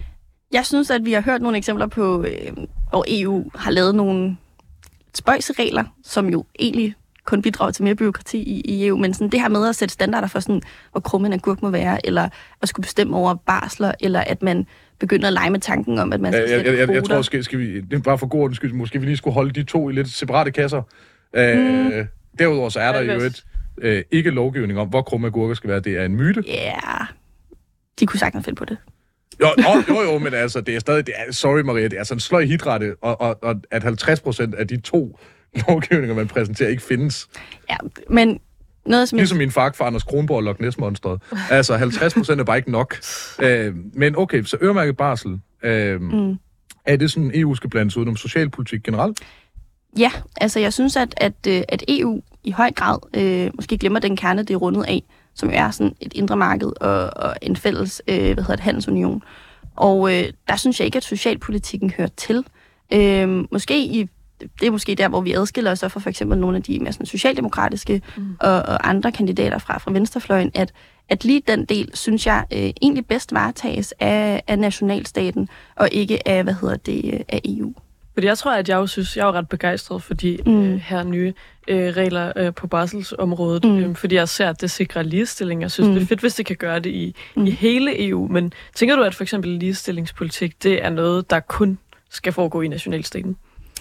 Jeg synes, at vi har hørt nogle eksempler på, øh, hvor E U har lavet nogle spøjseregler, som jo egentlig kun bidrager til mere byråkrati i, i E U, men sådan det her med at sætte standarder for, sådan, hvor krum en agurk må være, eller at skulle bestemme over barsler, eller at man begynder at lege med tanken om, at man skal sætte jeg, jeg, jeg, jeg tror, skal, skal vi, det er bare for god ordens skyld, måske vi lige skulle holde de to i lidt separate kasser. Mm. Øh, derudover så er der jo et øh, ikke lovgivning om, hvor krumme agurker skal være. Det er en myte. Ja, yeah. De kunne sagtens finde på det. Jo, jo, jo, jo, men altså, det er stadig, det er, sorry Maria, det er sådan en sløj hitrette, og, og, og at halvtreds procent af de to lovgivninger, man præsenterer, ikke findes. Ja, men noget som... Ligesom min far for Anders Kronborg og Loch Ness-monstret. Altså, halvtreds procent er bare ikke nok. Øh, men okay, så øremærket barsel. Øh, mm. Er det sådan, E U skal blandes ud om socialpolitik generelt? Ja, altså jeg synes, at, at, at E U i høj grad øh, måske glemmer den kerne, det er rundet af, som jo er sådan et indre marked og, og en fælles øh, hvad hedder det, handelsunion. Og øh, der synes jeg ikke, at socialpolitikken hører til. Øh, måske i Det er måske der, hvor vi adskiller os fra for eksempel nogle af de mere sådan socialdemokratiske mm. og, og andre kandidater fra, fra venstrefløjen, at, at lige den del, synes jeg, øh, egentlig bedst varetages af, af nationalstaten, og ikke af, hvad hedder det, af E U. Fordi jeg tror, at jeg jo synes, jeg er ret begejstret for de mm. øh, her nye øh, regler øh, på barselsområdet, mm. øh, fordi jeg ser, at det sikrer ligestilling. Jeg synes, mm. det er fedt, hvis det kan gøre det i, mm. i hele E U, men tænker du, at for eksempel ligestillingspolitik, det er noget, der kun skal foregå i nationalstaten?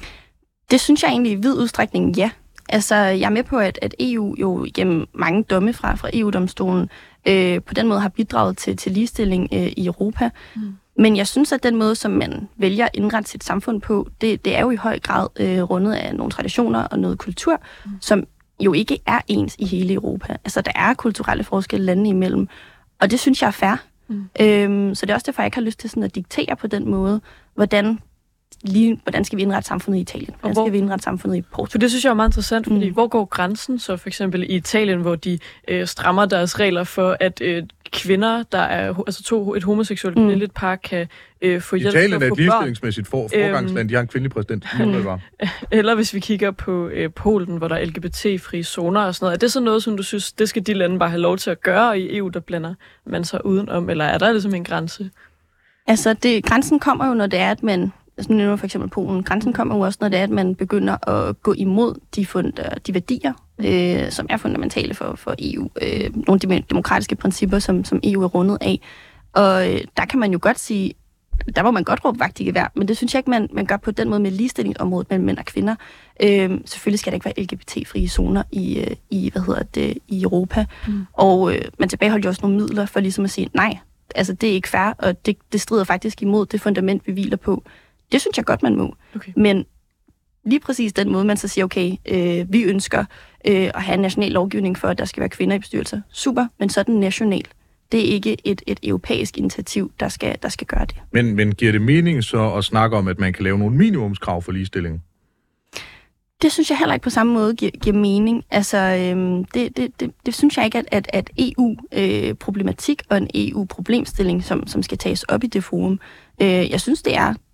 Det synes jeg egentlig i vid udstrækning, ja. Altså, jeg er med på, at, at E U jo igennem mange domme fra, fra E U-domstolen øh, på den måde har bidraget til, til ligestilling øh, i Europa. Mm. Men jeg synes, at den måde, som man vælger at indrette sit samfund på, det, det er jo i høj grad øh, rundet af nogle traditioner og noget kultur, mm. som jo ikke er ens i hele Europa. Altså, der er kulturelle forskelle landene imellem, og det synes jeg er fair. Mm. Øhm, så det er også derfor, jeg ikke har lyst til sådan at diktere på den måde, hvordan lige, hvordan skal vi indrette samfundet i Italien? Hvordan hvor, skal vi indrette samfundet i Portugal? For det synes jeg er meget interessant, fordi mm. hvor går grænsen så for eksempel i Italien, hvor de øh, strammer deres regler for, at øh, kvinder, der er altså to, et homoseksuelt mm. kvindeligt par, kan øh, få hjælp Italien for at få er et ligestillingsmæssigt for, forgangsland. Øhm, de har en kvindelig præsident. Mm. Eller hvis vi kigger på øh, Polen, hvor der er L G B T-frie zoner og sådan noget. Er det så noget, som du synes, det skal de lande bare have lov til at gøre, og i E U, der blander man sig udenom? Eller er der ligesom en grænse? Altså, det, grænsen kommer jo, når det er, at man altså nu for eksempel Polen. Grænsen kommer jo også, når det er, at man begynder at gå imod de, fund, de værdier, øh, som er fundamentale for, for E U. Øh, nogle af de demokratiske principper, som, som E U er rundet af. Og øh, der kan man jo godt sige, der må man godt råbe vagt i gevær, men det synes jeg ikke, man, man gør på den måde med ligestillingsområdet mellem mænd og kvinder. Øh, selvfølgelig skal der ikke være L G B T-frie zoner i, øh, i, hvad hedder det, i Europa. Mm. Og øh, man tilbageholdt jo også nogle midler for ligesom at sige, nej, altså det er ikke fair, og det, det strider faktisk imod det fundament, vi hviler på. Det synes jeg godt, man må. Okay. Men lige præcis den måde, man så siger, okay, øh, vi ønsker øh, at have en national lovgivning for, at der skal være kvinder i bestyrelser. Super, men så er den national. Det er ikke et, et europæisk initiativ, der skal, der skal gøre det. Men, men giver det mening så at snakke om, at man kan lave nogle minimumskrav for ligestilling? Det synes jeg heller ikke på samme måde giver, giver mening. Altså, øhm, det, det, det, det synes jeg ikke, at, at, at E U-problematik øh, og en E U-problemstilling, som, som skal tages op i det forum. Øh, jeg synes, det er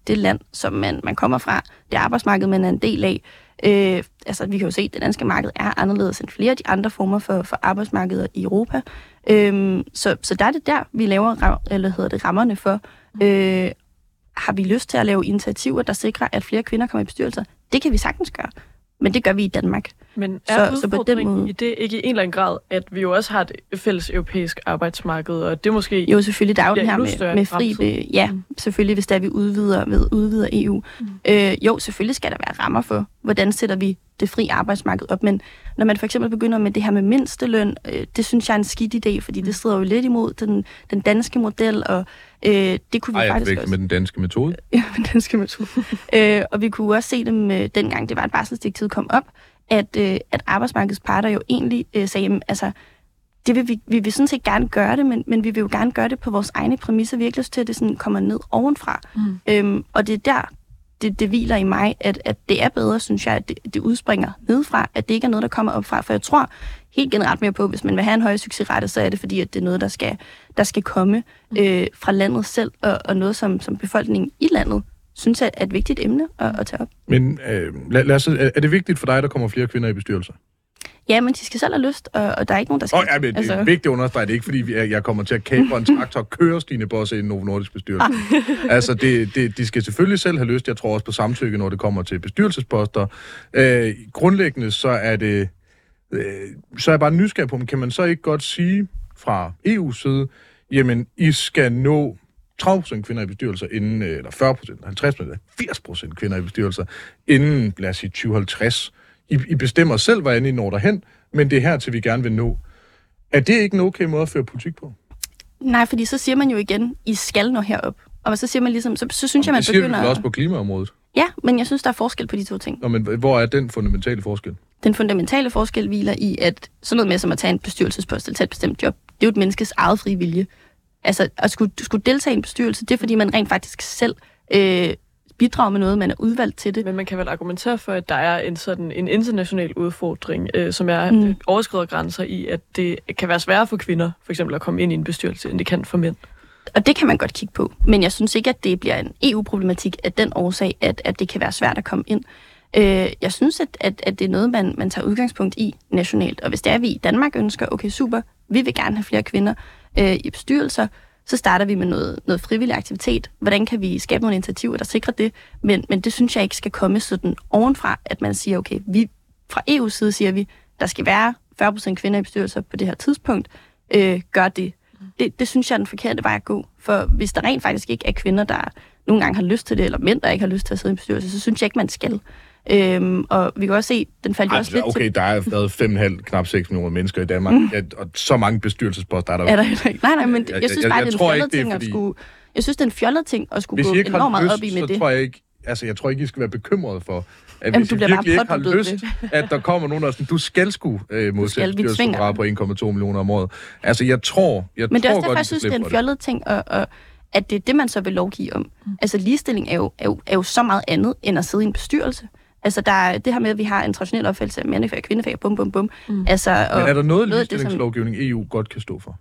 det land, som man, man kommer fra, det arbejdsmarked, man er en del af. Øh, altså, vi kan jo se, at det danske marked er anderledes end flere af de andre former for, for arbejdsmarkeder i Europa. Øh, så, så der er det der, vi laver eller hedder det, rammerne for. Øh, har vi lyst til at lave initiativer, der sikrer, at flere kvinder kommer i bestyrelser? Det kan vi sagtens gøre, men det gør vi i Danmark. Men er så, udfordringen så måde... i det ikke i en eller anden grad, at vi jo også har et fælles europæisk arbejdsmarked, og det måske... Jo, selvfølgelig. Der er jo den her med, med fri... Be... Ja, mm. selvfølgelig, hvis der vi udvider, ved udvider E U. Mm. Øh, jo, selvfølgelig skal der være rammer for, hvordan sætter vi det fri arbejdsmarked op. Men når man for eksempel begynder med det her med mindsteløn, øh, det synes jeg er en skidt idé, fordi det strider jo lidt imod den, den danske model, og øh, det kunne vi Ej, faktisk jeg også... med den danske metode. Ja, med den danske metode. øh, og vi kunne også se dem, øh, dengang det var, at barselsdirektivet kom op, at, øh, at arbejdsmarkedets parter jo egentlig øh, sagde, jamen, altså, det vil vi, vi vil sådan set gerne gøre det, men, men vi vil jo gerne gøre det på vores egne præmisser. Vi har ikke lyst til, at det sådan kommer ned ovenfra. Mm. Øhm, og det er der, det, det hviler i mig, at, at det er bedre, synes jeg, at det, det udspringer nedefra, at det ikke er noget, der kommer op fra. For jeg tror helt generelt mere på, hvis man vil have en høj succesrate, så er det fordi, at det er noget, der skal, der skal komme øh, fra landet selv, og, og noget, som, som befolkningen i landet synes jeg er et vigtigt emne at, at tage op. Men øh, lad, lad os, er det vigtigt for dig, at der kommer flere kvinder i bestyrelser? Ja, men de skal selv have lyst, og, og der er ikke nogen, der skal... Oh, ja, men altså... det er vigtigt at understrege. Det er ikke, fordi jeg, jeg kommer til at kapre en traktor og køre Stine Bosse i en Novo Nordisk bestyrelse. altså, det, det, de skal selvfølgelig selv have lyst. Jeg tror også på samtykke, når det kommer til bestyrelsesposter. Øh, grundlæggende, så er det... Øh, så er jeg bare nysgerrig på, kan man så ikke godt sige fra E U's side, jamen, I skal nå tredive procent kvinder i bestyrelser inden, eller fyrre procent, halvtreds procent, firs procent kvinder i bestyrelser inden, lad os sige, tyve halvtreds. I, I bestemmer selv, hvordan I når derhen, men det er her til, vi gerne vil nå. Er det ikke en okay måde at føre politik på? Nej, fordi så siger man jo igen, I skal nå herop. Og så siger man ligesom, så, så synes jeg, man det begynder... Det siger vi også på klimaområdet. Ja, men jeg synes, der er forskel på de to ting. Nå, men hvor er den fundamentale forskel? Den fundamentale forskel hviler i, at sådan noget med som at tage en bestyrelsespost eller tage et bestemt job, det er jo et menneskes eget frie vilje. Altså, at skulle, skulle deltage i en bestyrelse, det er fordi, man rent faktisk selv øh, bidrager med noget, man er udvalgt til det. Men man kan vel argumentere for, at der er en sådan en international udfordring, øh, som er mm. øh, overskrider grænser i, at det kan være sværere for kvinder, for eksempel at komme ind i en bestyrelse, end det kan for mænd. Og det kan man godt kigge på, men jeg synes ikke, at det bliver en E U-problematik af den årsag, at, at det kan være svært at komme ind. Øh, jeg synes, at, at, at det er noget, man, man tager udgangspunkt i nationalt, og hvis det er, vi i Danmark ønsker, okay, super, vi vil gerne have flere kvinder øh, i bestyrelser, så starter vi med noget, noget frivillig aktivitet. Hvordan kan vi skabe nogle initiativer, der sikrer det? Men, men det synes jeg ikke skal komme sådan ovenfra, at man siger, okay, vi fra E U's side siger vi, der skal være fyrre procent kvinder i bestyrelser på det her tidspunkt. Øh, gør det. det. Det synes jeg er den forkerte vej at gå. For hvis der rent faktisk ikke er kvinder, der nogle gange har lyst til det, eller mænd, der ikke har lyst til at sidde i bestyrelse, så synes jeg ikke, man skal. Øhm, og vi kan også se, den faldt jo også lidt okay, til... der er været fem komma fem, knap seks millioner mennesker i Danmark, mm. at, og så mange bestyrelsesposter er der jo. Er der heller ikke. Nej, nej, men jeg, jeg synes jeg, bare, jeg, det er en fjollet ikke, ting fordi... at skulle... Jeg synes, det er en fjollet ting at skulle hvis gå enormt meget op i med så det. Tror jeg ikke, altså, jeg tror ikke, I skal være bekymret for, at Jamen, hvis I virkelig ikke har lyst, det. at der kommer nogen, der sådan, du skal sgu øh, modsætte bestyrelseshonorar på en komma to millioner om året. Altså, jeg tror, jeg men det er tror også derfor, jeg synes, det er en fjollet ting, og, og, at det er det, man så vil lovgive om. Mm. Altså, ligestilling er jo, er, jo, er jo så meget andet, end at sidde i en bestyrelse. Altså, der er det her med, at vi har en traditionel opfattelse af mandefag og kvindefag, bum, bum, bum. Mm. Altså, og men er der noget, noget ligestillingslovgivning, som... E U godt kan stå for?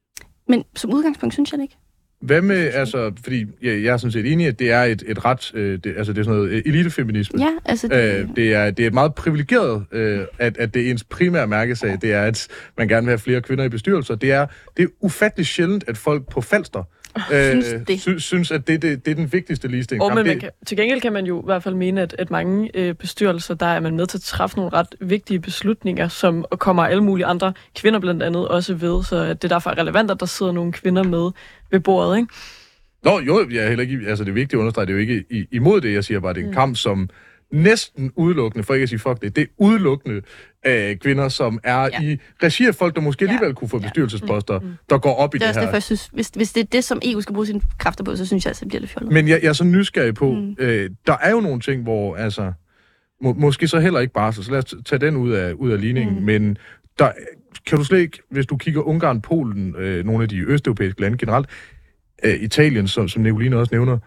Men som udgangspunkt, synes jeg det ikke. Hvad med, altså, fordi ja, jeg er sådan set enig i, at det er et, et ret, øh, det, altså det er sådan noget elitefeminisme. Ja, altså det... Øh, det, er, det er et meget privilegeret, øh, at, at det er ens primære mærkesag, det er, at man gerne vil have flere kvinder i bestyrelser. Det er, det er ufatteligt sjældent, at folk på Falster øh, synes, sy, synes, at det, det, det er den vigtigste ligestilling. Oh, men det... kan, til gengæld kan man jo i hvert fald mene, at, at mange øh, bestyrelser, der er man med til at træffe nogle ret vigtige beslutninger, som kommer alle mulige andre kvinder blandt andet også ved, så det er derfor relevant, at der sidder nogle kvinder med ved bordet, ikke? Nå, jo, jeg er heller ikke, altså det er vigtigt at understrege, det er jo ikke imod det, jeg siger bare, det er en mm. kamp, som næsten udelukkende, for ikke at sige fuck det, det er udelukkende af kvinder, som er ja. i regi af folk, der måske ja. alligevel kunne få bestyrelsesposter, mm. der går op i det, det her. Derfor, jeg synes, hvis, hvis det er det, som E U skal bruge sine kræfter på, så synes jeg, at det bliver det fjollet. Men jeg, jeg er så nysgerrig på, mm. øh, der er jo nogle ting, hvor altså, må, måske så heller ikke bare, så lad os tage den ud af, ud af ligningen, mm. men der kan du slet ikke, hvis du kigger Ungarn, Polen, øh, nogle af de østeuropæiske lande generelt, øh, Italien, som, som Nicoline også nævner,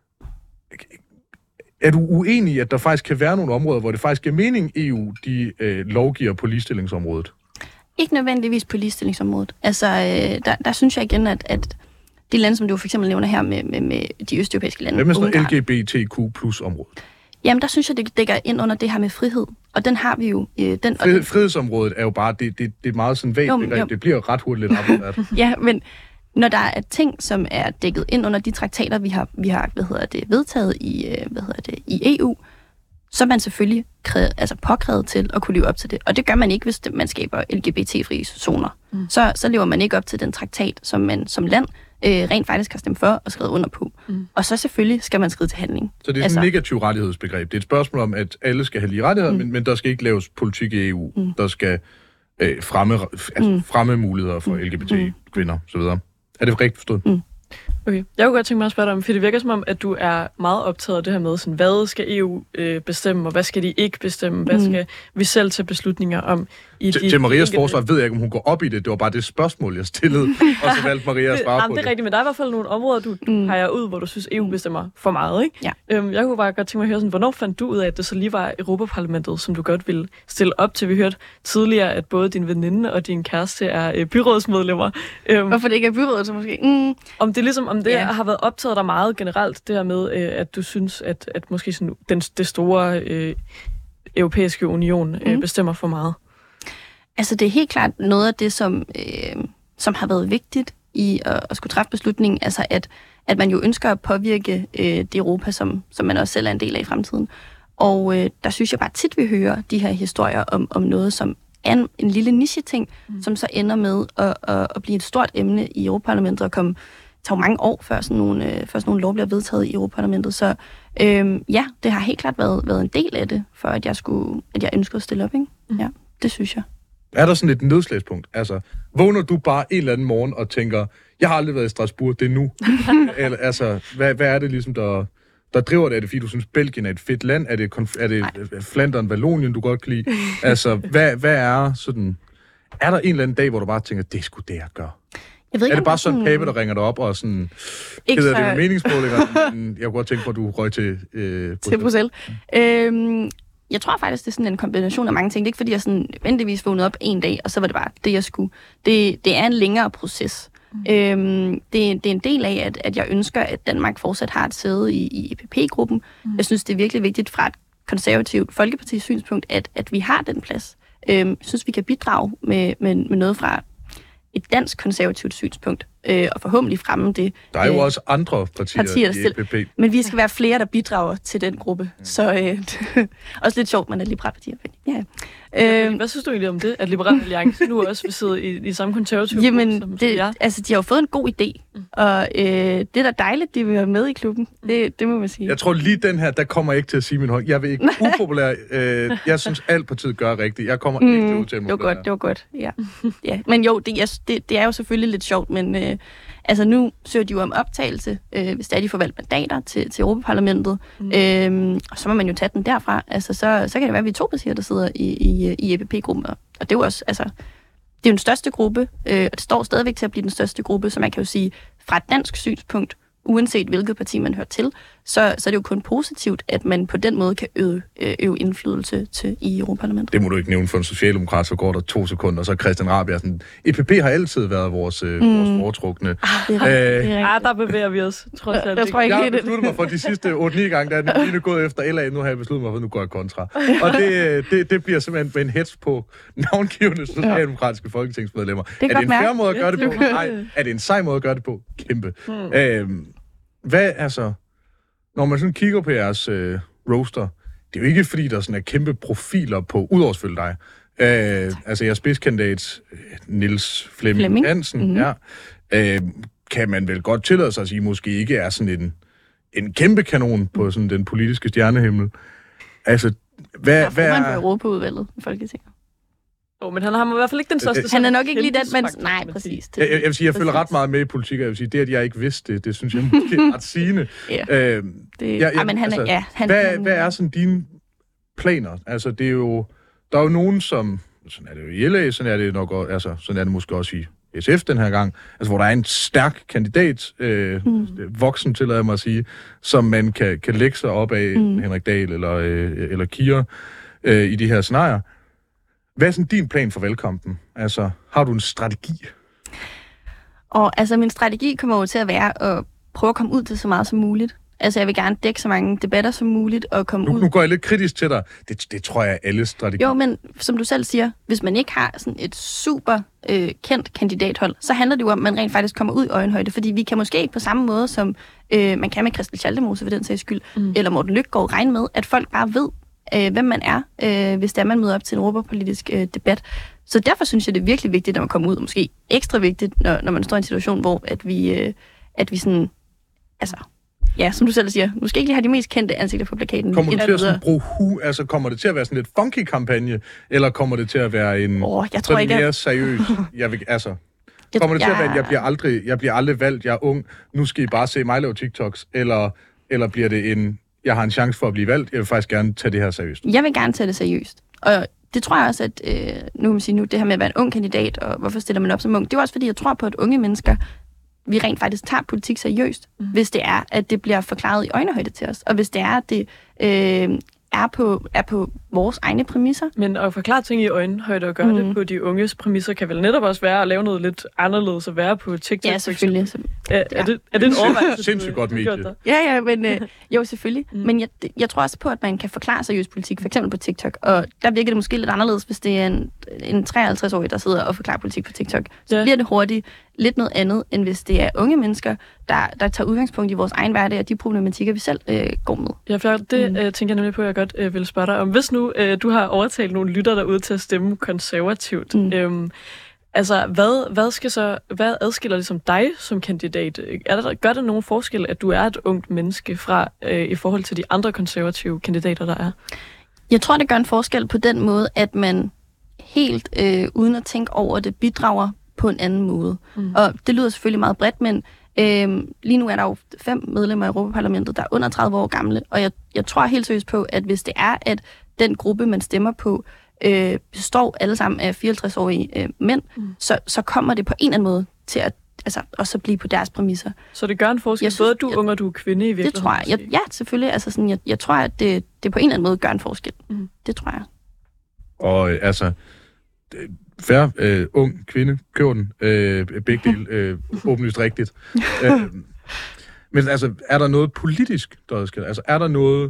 er du uenig i, at der faktisk kan være nogle områder, hvor det faktisk giver mening, E U de øh, lovgiver på ligestillingsområdet? Ikke nødvendigvis på ligestillingsområdet. Altså, øh, der, der synes jeg igen, at, at de lande, som du for eksempel nævner her med, med, med de østeuropæiske lande. Hvad med sådan L G B T Q plus området? Jamen, der synes jeg, det dækker ind under det her med frihed. Og den har vi jo. Øh, den, Frid, frihedsområdet er jo bare, det, det, det er meget sådan vægt, det, det bliver ret hurtigt lidt op. Ja, men når der er ting, som er dækket ind under de traktater, vi har, vi har hvad hedder det, vedtaget i, hvad hedder det, i E U, så er man selvfølgelig krævet, altså påkrævet til at kunne leve op til det. Og det gør man ikke, hvis man skaber L G B T-frie zoner. Mm. Så, så lever man ikke op til den traktat, som man som land øh, rent faktisk har stemt for og skrevet under på. Mm. Og så selvfølgelig skal man skride til handling. Så det er altså et negativt rettighedsbegreb. Det er et spørgsmål om, at alle skal have lige rettigheder, mm. men, men der skal ikke laves politik i E U. Mm. Der skal øh, fremme, altså, mm. fremme muligheder for L G B T-kvinder osv. Er det rigtigt forstået? Mm. Okay. Jeg kunne godt tænke mig at spørge dig om, for det virker som om, at du er meget optaget af det her med, sådan, hvad skal E U øh, bestemme, og hvad skal de ikke bestemme? Hvad skal mm. vi selv tage beslutninger om? I til, de, til Marias forsvar ved jeg ikke, om hun går op i det. Det var bare det spørgsmål, jeg stillede, og så valgte Maria at svare det, på det. Det er rigtigt, men der er i hvert fald nogle områder, du mm. peger ud, hvor du synes, E U bestemmer for meget, ikke? Ja. Øhm, jeg kunne bare godt tænke mig at høre, sådan, hvornår fandt du ud af, at det så lige var Europaparlamentet, som du godt ville stille op til? Vi hørte tidligere, at både din veninde og din kæreste er øh, byrådsmedlemmer. Øhm, Hvorfor det ikke er byrådet, så måske? Mm. Om det ligesom, om det Ja. har været optaget dig meget generelt, det her med, øh, at du synes, at, at måske sådan, den, det store øh, europæiske union øh, mm. bestemmer for meget? Altså, det er helt klart noget af det, som, øh, som har været vigtigt i at, at skulle træffe beslutningen, altså at, at man jo ønsker at påvirke øh, det Europa, som, som man også selv er en del af i fremtiden. Og øh, der synes jeg bare tit, vi hører de her historier om, om noget, som er en, en lille niche-ting, mm. som så ender med at, at, at blive et stort emne i Europaparlamentet og komme tager mange år, før sådan nogle, øh, før sådan nogle lov bliver vedtaget i Europaparlamentet. Så øh, ja, det har helt klart været, været en del af det, for at jeg, skulle, at jeg ønskede at stille op. Ikke? Mm. Ja, det synes jeg. Er der sådan et nedslagspunkt? Altså, vågner du bare en eller anden morgen og tænker, jeg har aldrig været i Strasbourg, det er nu? Eller, altså, hvad, hvad er det ligesom, der, der driver det? Er det, fordi du synes, Belgien er et fedt land? Er det, konf- er det Flandern, Vallonien, du godt kan lide? Altså, hvad, hvad er sådan... Er der en eller anden dag, hvor du bare tænker, det er sgu det, jeg gør? Jeg ved ikke, er det bare sådan en Pape, der ringer dig op og sådan... Ikke så... Det er meningsmålinger, men jeg kunne godt tænke på, at du røg til... Øh, til Bruxelles. Mm. Øhm, jeg tror faktisk, det er sådan en kombination af mange ting. Det er ikke, fordi jeg sådan nødvendigvis vågnede op en dag, og så var det bare det, jeg skulle. Det, det er en længere proces. Mm. Øhm, det, det er en del af, at, at jeg ønsker, at Danmark fortsat har et sæde i, i E P P-gruppen. Mm. Jeg synes, det er virkelig vigtigt fra et konservativt folkepartis synspunkt, at, at vi har den plads. Øhm, jeg synes, vi kan bidrage med, med, med noget fra et dansk konservativt synspunkt, øh, og forhåbentlig fremme det. Der er jo øh, også andre partier, partier i E P P. Men vi skal være flere, der bidrager til den gruppe. Mm. Så øh, også lidt sjovt, man er liberale partier. Ja. Øh, Hvad synes du egentlig om det, at Liberal Alliance nu også vil sidde i, i samme konservative jamen, gruppe, som, det, som altså, de har jo fået en god idé, mm. og øh, det er da dejligt, de vil være med i klubben. Det, det må man sige. Jeg tror lige den her, der kommer jeg ikke til at sige min hold. Jeg vil ikke upopulær. Øh, jeg synes, alt partiet gør rigtigt. Jeg kommer mm, ikke til at udtale mig. Det var godt, det var godt. Ja. ja. Men jo, det, jeg, det, det er jo selvfølgelig lidt sjovt, men øh, altså nu søger de jo om optagelse, øh, hvis der de får valgt mandater til, til Europaparlamentet. Mm. Øh, og så må man jo tage den derfra. Altså, så, så kan det være, at vi er to partier, der sidder i, i, i E P P-gruppen. Og det er jo også, altså, det er jo den største gruppe, øh, og det står stadigvæk til at blive den største gruppe, så man kan jo sige, fra et dansk synspunkt, uanset hvilket parti man hører til, så, så er det jo kun positivt, at man på den måde kan øve, øve indflydelse til i Europaparlamentet. Det må du ikke nævne for en socialdemokrat, så går der to sekunder, og så Christian Rabia sådan, E P P har altid været vores, øh, mm. vores foretrukne. Ah, det er øh, ah, der bevæger vi os, trods alt. Jeg, tror ikke, jeg har besluttet mig for de sidste otte ni gange, der er den lige gået efter L A, nu har jeg besluttet mig for, at nu går jeg kontra. Og det, det, det bliver simpelthen med en hets på navngivende socialdemokratiske folketingsmedlemmer. Det er, er det en fair måde at gøre det på? Nej. Er det en sej måde at gøre det på? Kæmpe. Mm. Øhm, Hvad, altså, når man sådan kigger på jeres øh, roster, det er jo ikke fordi, der sådan er kæmpe profiler på, udover selvfølgelig dig. Øh, altså, jeres spidskandidat, Niels Flemming, Flemming. Hansen, mm-hmm. ja, øh, kan man vel godt tillade sig at sige, måske ikke er sådan en, en kæmpe kanon på sådan den politiske stjernehimmel. Altså, hvad, der er hvad er... på Europaudvalget i Folketinget. Oh, men han har i hvert fald ikke den største... Han er nok ikke lige den, men... Nej, præcis. Jeg, jeg, jeg vil sige, jeg følger ret meget med i politik, og jeg vil sige, det, at jeg ikke vidste det, det synes jeg måske er ret sigende. ja. øh, det, jeg, jeg, ja, men han altså, er... Ja, han, hvad, han, hvad er sådan dine planer? Altså, det er jo... Der er jo nogen, som... Sådan er det jo i L A, sådan er det nok også, altså, sådan er det måske også i S F den her gang, altså, hvor der er en stærk kandidat, øh, mm. voksen, tillader jeg mig at sige, som man kan, kan lægge sig op af, mm. Henrik Dahl eller, øh, eller Kira, øh, i de her scenarier. Hvad er sådan din plan for valgkampen? Altså, har du en strategi? Og altså, min strategi kommer jo til at være at prøve at komme ud til så meget som muligt. Altså, jeg vil gerne dække så mange debatter som muligt og komme nu, ud. Nu går jeg lidt kritisk til dig. Det, det tror jeg er alle strategier. Jo, men som du selv siger, hvis man ikke har sådan et super øh, kendt kandidathold, så handler det jo om, at man rent faktisk kommer ud i øjenhøjde. Fordi vi kan måske ikke på samme måde, som øh, man kan med Christel Schaldemose for den sags skyld, mm. eller Morten Lykkegaard, regne med, at folk bare ved, øh, hvem man er, øh, hvis der man møder op til en europapolitisk øh, debat. Så derfor synes jeg, det er virkelig vigtigt, når man kommer ud. Måske ekstra vigtigt, når, når man står i en situation, hvor at vi, øh, at vi sådan... altså ja, som du selv siger, måske ikke lige har de mest kendte ansigter på plakaten. Kommer det til at sådan bruge hu, altså kommer det til at være sådan lidt funky kampagne, eller kommer det til at være en oh, jeg tror ikke, mere at... seriøs? Jeg vil, altså, kommer det til at være, at jeg bliver aldrig, jeg bliver aldrig valgt, jeg er ung, nu skal I bare se mig lave TikToks, eller, eller bliver det en, jeg har en chance for at blive valgt, jeg vil faktisk gerne tage det her seriøst? Jeg vil gerne tage det seriøst, og det tror jeg også, at øh, nu kan man sige nu, det her med at være en ung kandidat, og hvorfor stiller man op som ung, det er også fordi, jeg tror på, at unge mennesker vi rent faktisk tager politik seriøst, mm. hvis det er, at det bliver forklaret i øjnehøjde til os, og hvis det er, at det øh, er, på, er på vores egne præmisser. Men at forklare ting i øjenhøjde og gøre mm. det på de unges præmisser, kan vel netop også være at lave noget lidt anderledes at være på TikTok. Ja, selvfølgelig. Er, er, det, er det en overvejelse? Sindssygt godt medie. Ja, ja, men øh, jo, selvfølgelig. Mm. Men jeg, jeg tror også på, at man kan forklare seriøs politik, for eksempel på TikTok, og der virker det måske lidt anderledes, hvis det er en, en treoghalvtreds-årig, der sidder og forklarer politik på TikTok. Så ja. bliver det hurtigt lidt noget andet, end hvis det er unge mennesker, der, der tager udgangspunkt i vores egen hverdag og de problematikker, vi selv øh, går med. Ja, for det mm. øh, tænker jeg nemlig på, at jeg godt øh, vil spørge dig om. Hvis nu øh, du har overtalt nogle lytter derude til at stemme konservativt, mm. øhm, altså, hvad, hvad, skal så, hvad adskiller ligesom dig som kandidat? Er der, gør det nogen forskel, at du er et ungt menneske fra øh, i forhold til de andre konservative kandidater, der er? Jeg tror, det gør en forskel på den måde, at man helt øh, uden at tænke over det, bidrager på en anden måde. Mm. Og det lyder selvfølgelig meget bredt, men øh, lige nu er der jo fem medlemmer af Europaparlamentet, der er under tredive år gamle, og jeg, jeg tror helt seriøst på, at hvis det er, at den gruppe, man stemmer på, øh, består alle sammen af fireoghalvtreds-årige øh, mænd, mm. så, så kommer det på en eller anden måde til at altså, også blive på deres præmisser. Så det gør en forskel, synes, både du er ung og du er kvinde i virkeligheden? Det tror jeg. jeg ja, selvfølgelig. Altså, sådan, jeg, jeg tror, at det, det på en eller anden måde gør en forskel. Mm. Det tror jeg. Og øh, altså... Færre, øh, ung kvinde, køber den, øh, begge dele, øh, åbenlyst rigtigt. øh, men altså, er der noget politisk, der skal, altså er der noget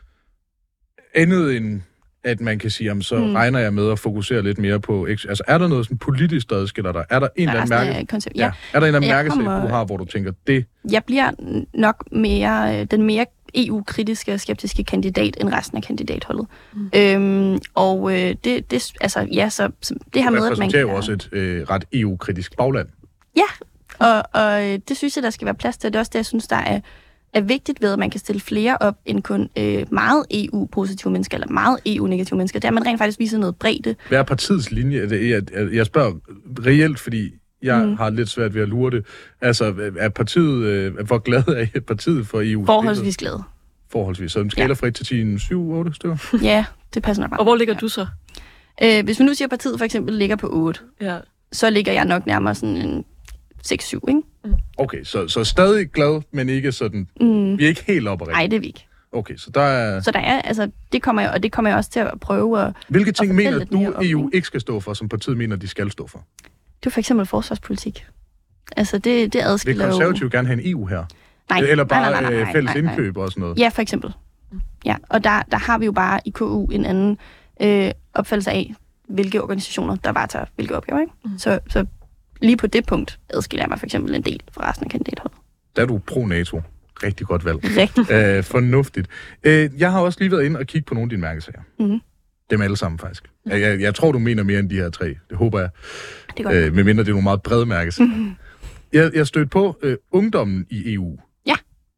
andet end, at man kan sige, jamen, så mm. regner jeg med at fokusere lidt mere på, altså er der noget sådan politisk, der adskiller dig? Er der en eller anden mærke, koncept, ja. Ja. Er der en eller anden mærkesag, kommer, du har, hvor du tænker, det? Jeg bliver nok mere, den mere E U-kritiske og skeptiske kandidat end resten af kandidatholdet. Mm. Øhm, og øh, det, det, altså, ja, så, så det her med, at man repræsenterer jo også et øh, ret E U-kritisk bagland. Ja, og, og det synes jeg, der skal være plads til. Det er også det, jeg synes, der er, er vigtigt ved, at man kan stille flere op end kun øh, meget E U-positive mennesker, eller meget E U-negative mennesker. Det er, at man rent faktisk viser noget bredde. Hvad er partiets linje? Jeg, jeg, jeg spørger reelt, fordi jeg mm. har lidt svært ved at lure det. Altså, er partiet, øh, hvor glad er partiet for E U? Forholdsvis glad. Forholdsvis. Så en skala fra et til ti, syv otte stykker? Ja, det passer nok bare. Og hvor ligger ja. du så? Øh, hvis vi nu siger, at partiet for eksempel ligger på otte, ja. så ligger jeg nok nærmere sådan en seks syv, ikke? Mm. Okay, så, så stadig glad, men ikke sådan... Mm. Vi er ikke helt oppe. Nej, det er vi ikke. Okay, så der er... Så der er, altså, det kommer jeg, og det kommer jeg også til at prøve at... Hvilke ting at mener du, E U ikke skal stå for, som partiet mener, de skal stå for? Det er for eksempel forsvarspolitik. Altså, det, det adskiller jo... Vil konservative gerne have en E U her? Nej. Eller bare nej, nej, nej, nej, fælles nej, nej. indkøb og sådan noget? Ja, for eksempel. Ja, og der, der har vi jo bare i K U en anden øh, opfattelse af, hvilke organisationer, der varetager hvilke opgaver, ikke? Mm. Så, så lige på det punkt adskiller jeg mig for eksempel en del fra resten af kandidatholdet. Der er du pro-NATO. Rigtig godt valg. Rigtig. Æh, fornuftigt. Æh, jeg har også lige været inde og kigge på nogle af dine mærkesager. Mm-hmm. Dem alle sammen, faktisk. Jeg, jeg, jeg tror, du mener mere end de her tre. Det håber jeg. Det er godt. Æh, medmindre det er nogle meget brede mærkesager. Mm-hmm. Jeg, jeg stødte på øh, ungdommen i E U. Ja.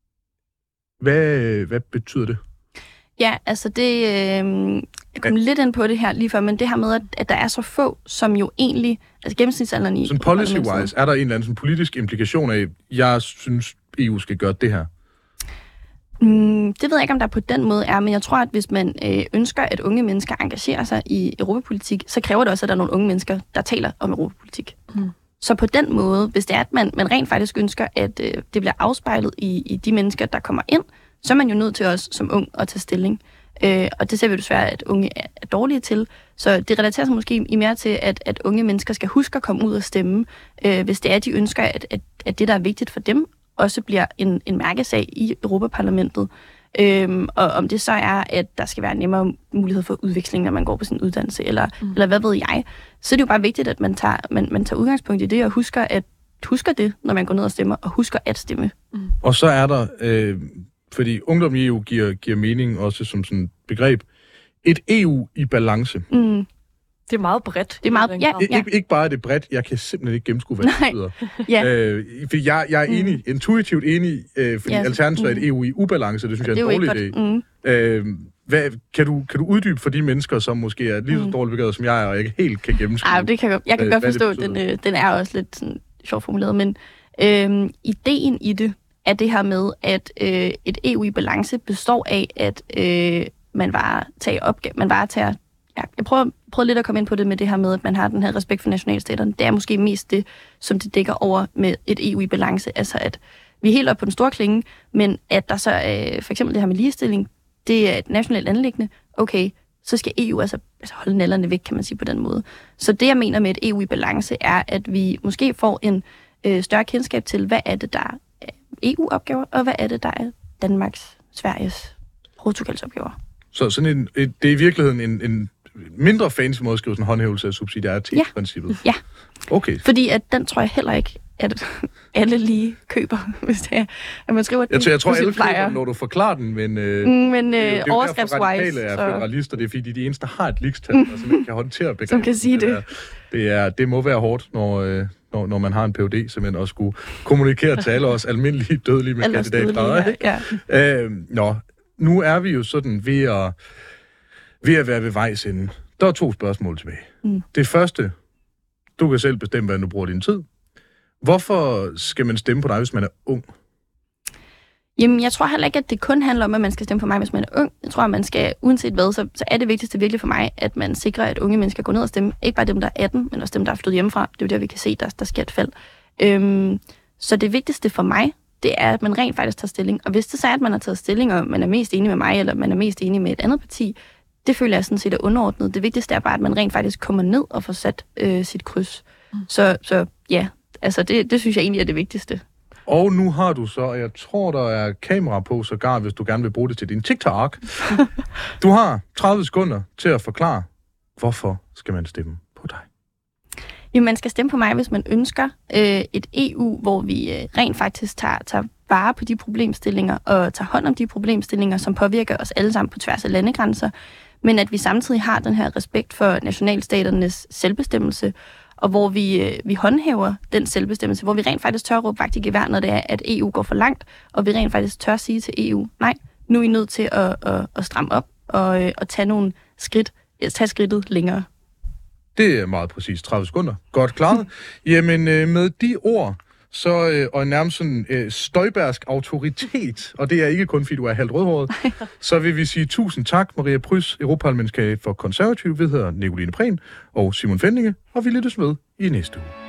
Hvad, hvad betyder det? Ja, altså det... Øh, jeg kom ja. lidt ind på det her lige før, men det her med, at, at der er så få, som jo egentlig... Altså gennemsnitsalderen i... Sådan policy-wise, er der en eller anden sådan politisk implikation af, jeg synes, E U skal gøre det her? Mm, det ved jeg ikke, om der på den måde er, men jeg tror, at hvis man øh, ønsker, at unge mennesker engagerer sig i europapolitik, så kræver det også, at der er nogle unge mennesker, der taler om europapolitik. Mm. Så på den måde, hvis det er, at man, man rent faktisk ønsker, at øh, det bliver afspejlet i, i de mennesker, der kommer ind, så er man jo nødt til også som ung at tage stilling. Øh, og det ser vi desværre, at unge er, er dårlige til. Så det relaterer sig måske i mere til, at, at unge mennesker skal huske at komme ud og stemme, øh, hvis det er, de ønsker, at, at, at det, der er vigtigt for dem, også bliver en, en mærkesag i Europaparlamentet. Øhm, og om det så er, at der skal være nemmere mulighed for udveksling, når man går på sin uddannelse, eller, mm. eller hvad ved jeg, så er det jo bare vigtigt, at man tager, man, man tager udgangspunkt i det, og husker, at, husker det, når man går ned og stemmer, og husker at stemme. Mm. Og så er der, øh, fordi ungdom i E U giver, giver mening også som sådan et begreb, et E U i balance. Mm. Det er meget bredt. Det er meget, ja, ja. Ikke, ikke bare det bredt, jeg kan simpelthen ikke gennemskue, hvad det betyder. Ja. Øh, for jeg, jeg er enig, mm. intuitivt enig, øh, fordi ja, alternativet er et E U i ubalance, det synes jeg er en dårlig idé. Mm. Øh, hvad, kan, du, kan du uddybe for de mennesker, som måske er lige så dårligt begået som jeg er, og ikke helt kan gennemskue? Ej, det kan jeg, jeg kan øh, godt forstå, at den, øh, den er også lidt sådan, sjovt formuleret, men øh, ideen i det er det her med, at øh, et E U i balance består af, at øh, man varetager opgave, man varetager Ja, jeg prøver, prøver lidt at komme ind på det med det her med, at man har den her respekt for nationalstaterne. Det er måske mest det, som det dækker over med et E U i balance. Altså, at vi er helt oppe på den store klinge, men at der så øh, for eksempel det her med ligestilling, det er et nationalt anliggende. Okay, så skal E U altså, altså holde nælderne væk, kan man sige på den måde. Så det, jeg mener med et E U i balance, er, at vi måske får en øh, større kendskab til, hvad er det, der er E U-opgaver, og hvad er det, der er Danmarks, Sveriges, Portugals opgaver. Så sådan en, et, det er i virkeligheden en, en mindre fancy måde at skrive sådan en håndhævelse af subsidiaritetsprincippet? Ja. ja. Okay. Fordi at den tror jeg heller ikke, at alle lige køber, hvis det er, at man skriver jeg den. Tror, jeg tror, alle køber, når du forklarer den, men, øh, men øh, det er jo overskriftswise. Det er derfor, federalister, det er fordi, de er de eneste, der har et ligestal, og som ikke kan håndtere begrebet. Som kan sige det. Det, det, er, det må være hårdt, når, øh, når, når man har en P H D, simpelthen også skulle kommunikere til alle os almindelige dødelige med kandidatgrader. Ja. Øh, nå, nu er vi jo sådan ved at, ved at være ved vejs ende. Der er to spørgsmål tilbage. Mm. Det første, du kan selv bestemme, hvordan du bruger din tid. Hvorfor skal man stemme på dig, hvis man er ung? Jamen, jeg tror heller ikke, at det kun handler om, at man skal stemme på mig, hvis man er ung. Jeg tror, at man skal, uanset hvad, så, så er det vigtigste virkelig for mig, at man sikrer, at unge mennesker går ned og stemmer. Ikke bare dem, der er atten, men også dem, der er flyttet hjemmefra. Det er jo der, vi kan se, der, der sker et fald. Øhm, så det vigtigste for mig, det er, at man rent faktisk tager stilling. Og hvis det så er, at man har taget stilling, og man er mest enig med mig, eller man er mest enig med et andet parti, det føler jeg sådan set er underordnet. Det vigtigste er bare, at man rent faktisk kommer ned og får sat øh, sit kryds. Mm. Så, så ja, altså det, det synes jeg egentlig er det vigtigste. Og nu har du så, jeg tror, der er kamera på sågar, hvis du gerne vil bruge det til din TikTok. Du har tredive sekunder til at forklare, hvorfor skal man stemme på dig? Jamen, man skal stemme på mig, hvis man ønsker øh, et E U, hvor vi øh, rent faktisk tager, tager vare på de problemstillinger og tager hånd om de problemstillinger, som påvirker os alle sammen på tværs af landegrænser, men at vi samtidig har den her respekt for nationalstaternes selvbestemmelse, og hvor vi, øh, vi håndhæver den selvbestemmelse, hvor vi rent faktisk tør råbe vagt i gevær, når det er, at E U går for langt, og vi rent faktisk tør sige til E U, nej, nu er I nødt til at, at, at stramme op og, øh, og tage nogle skridt, tage skridtet længere. Det er meget præcis tredive sekunder. Godt klaret. Jamen, øh, med de ord, så, øh, og nærmest sådan øh, støjbærsk autoritet, og det er ikke kun, fordi du er halvt rødhåret, så vil vi sige tusind tak, Maria Prys, europaparlamentskandidat for Konservative, ved hedder Nicoline Prehn og Simon Fendinge, og vi lyttes med i næste uge.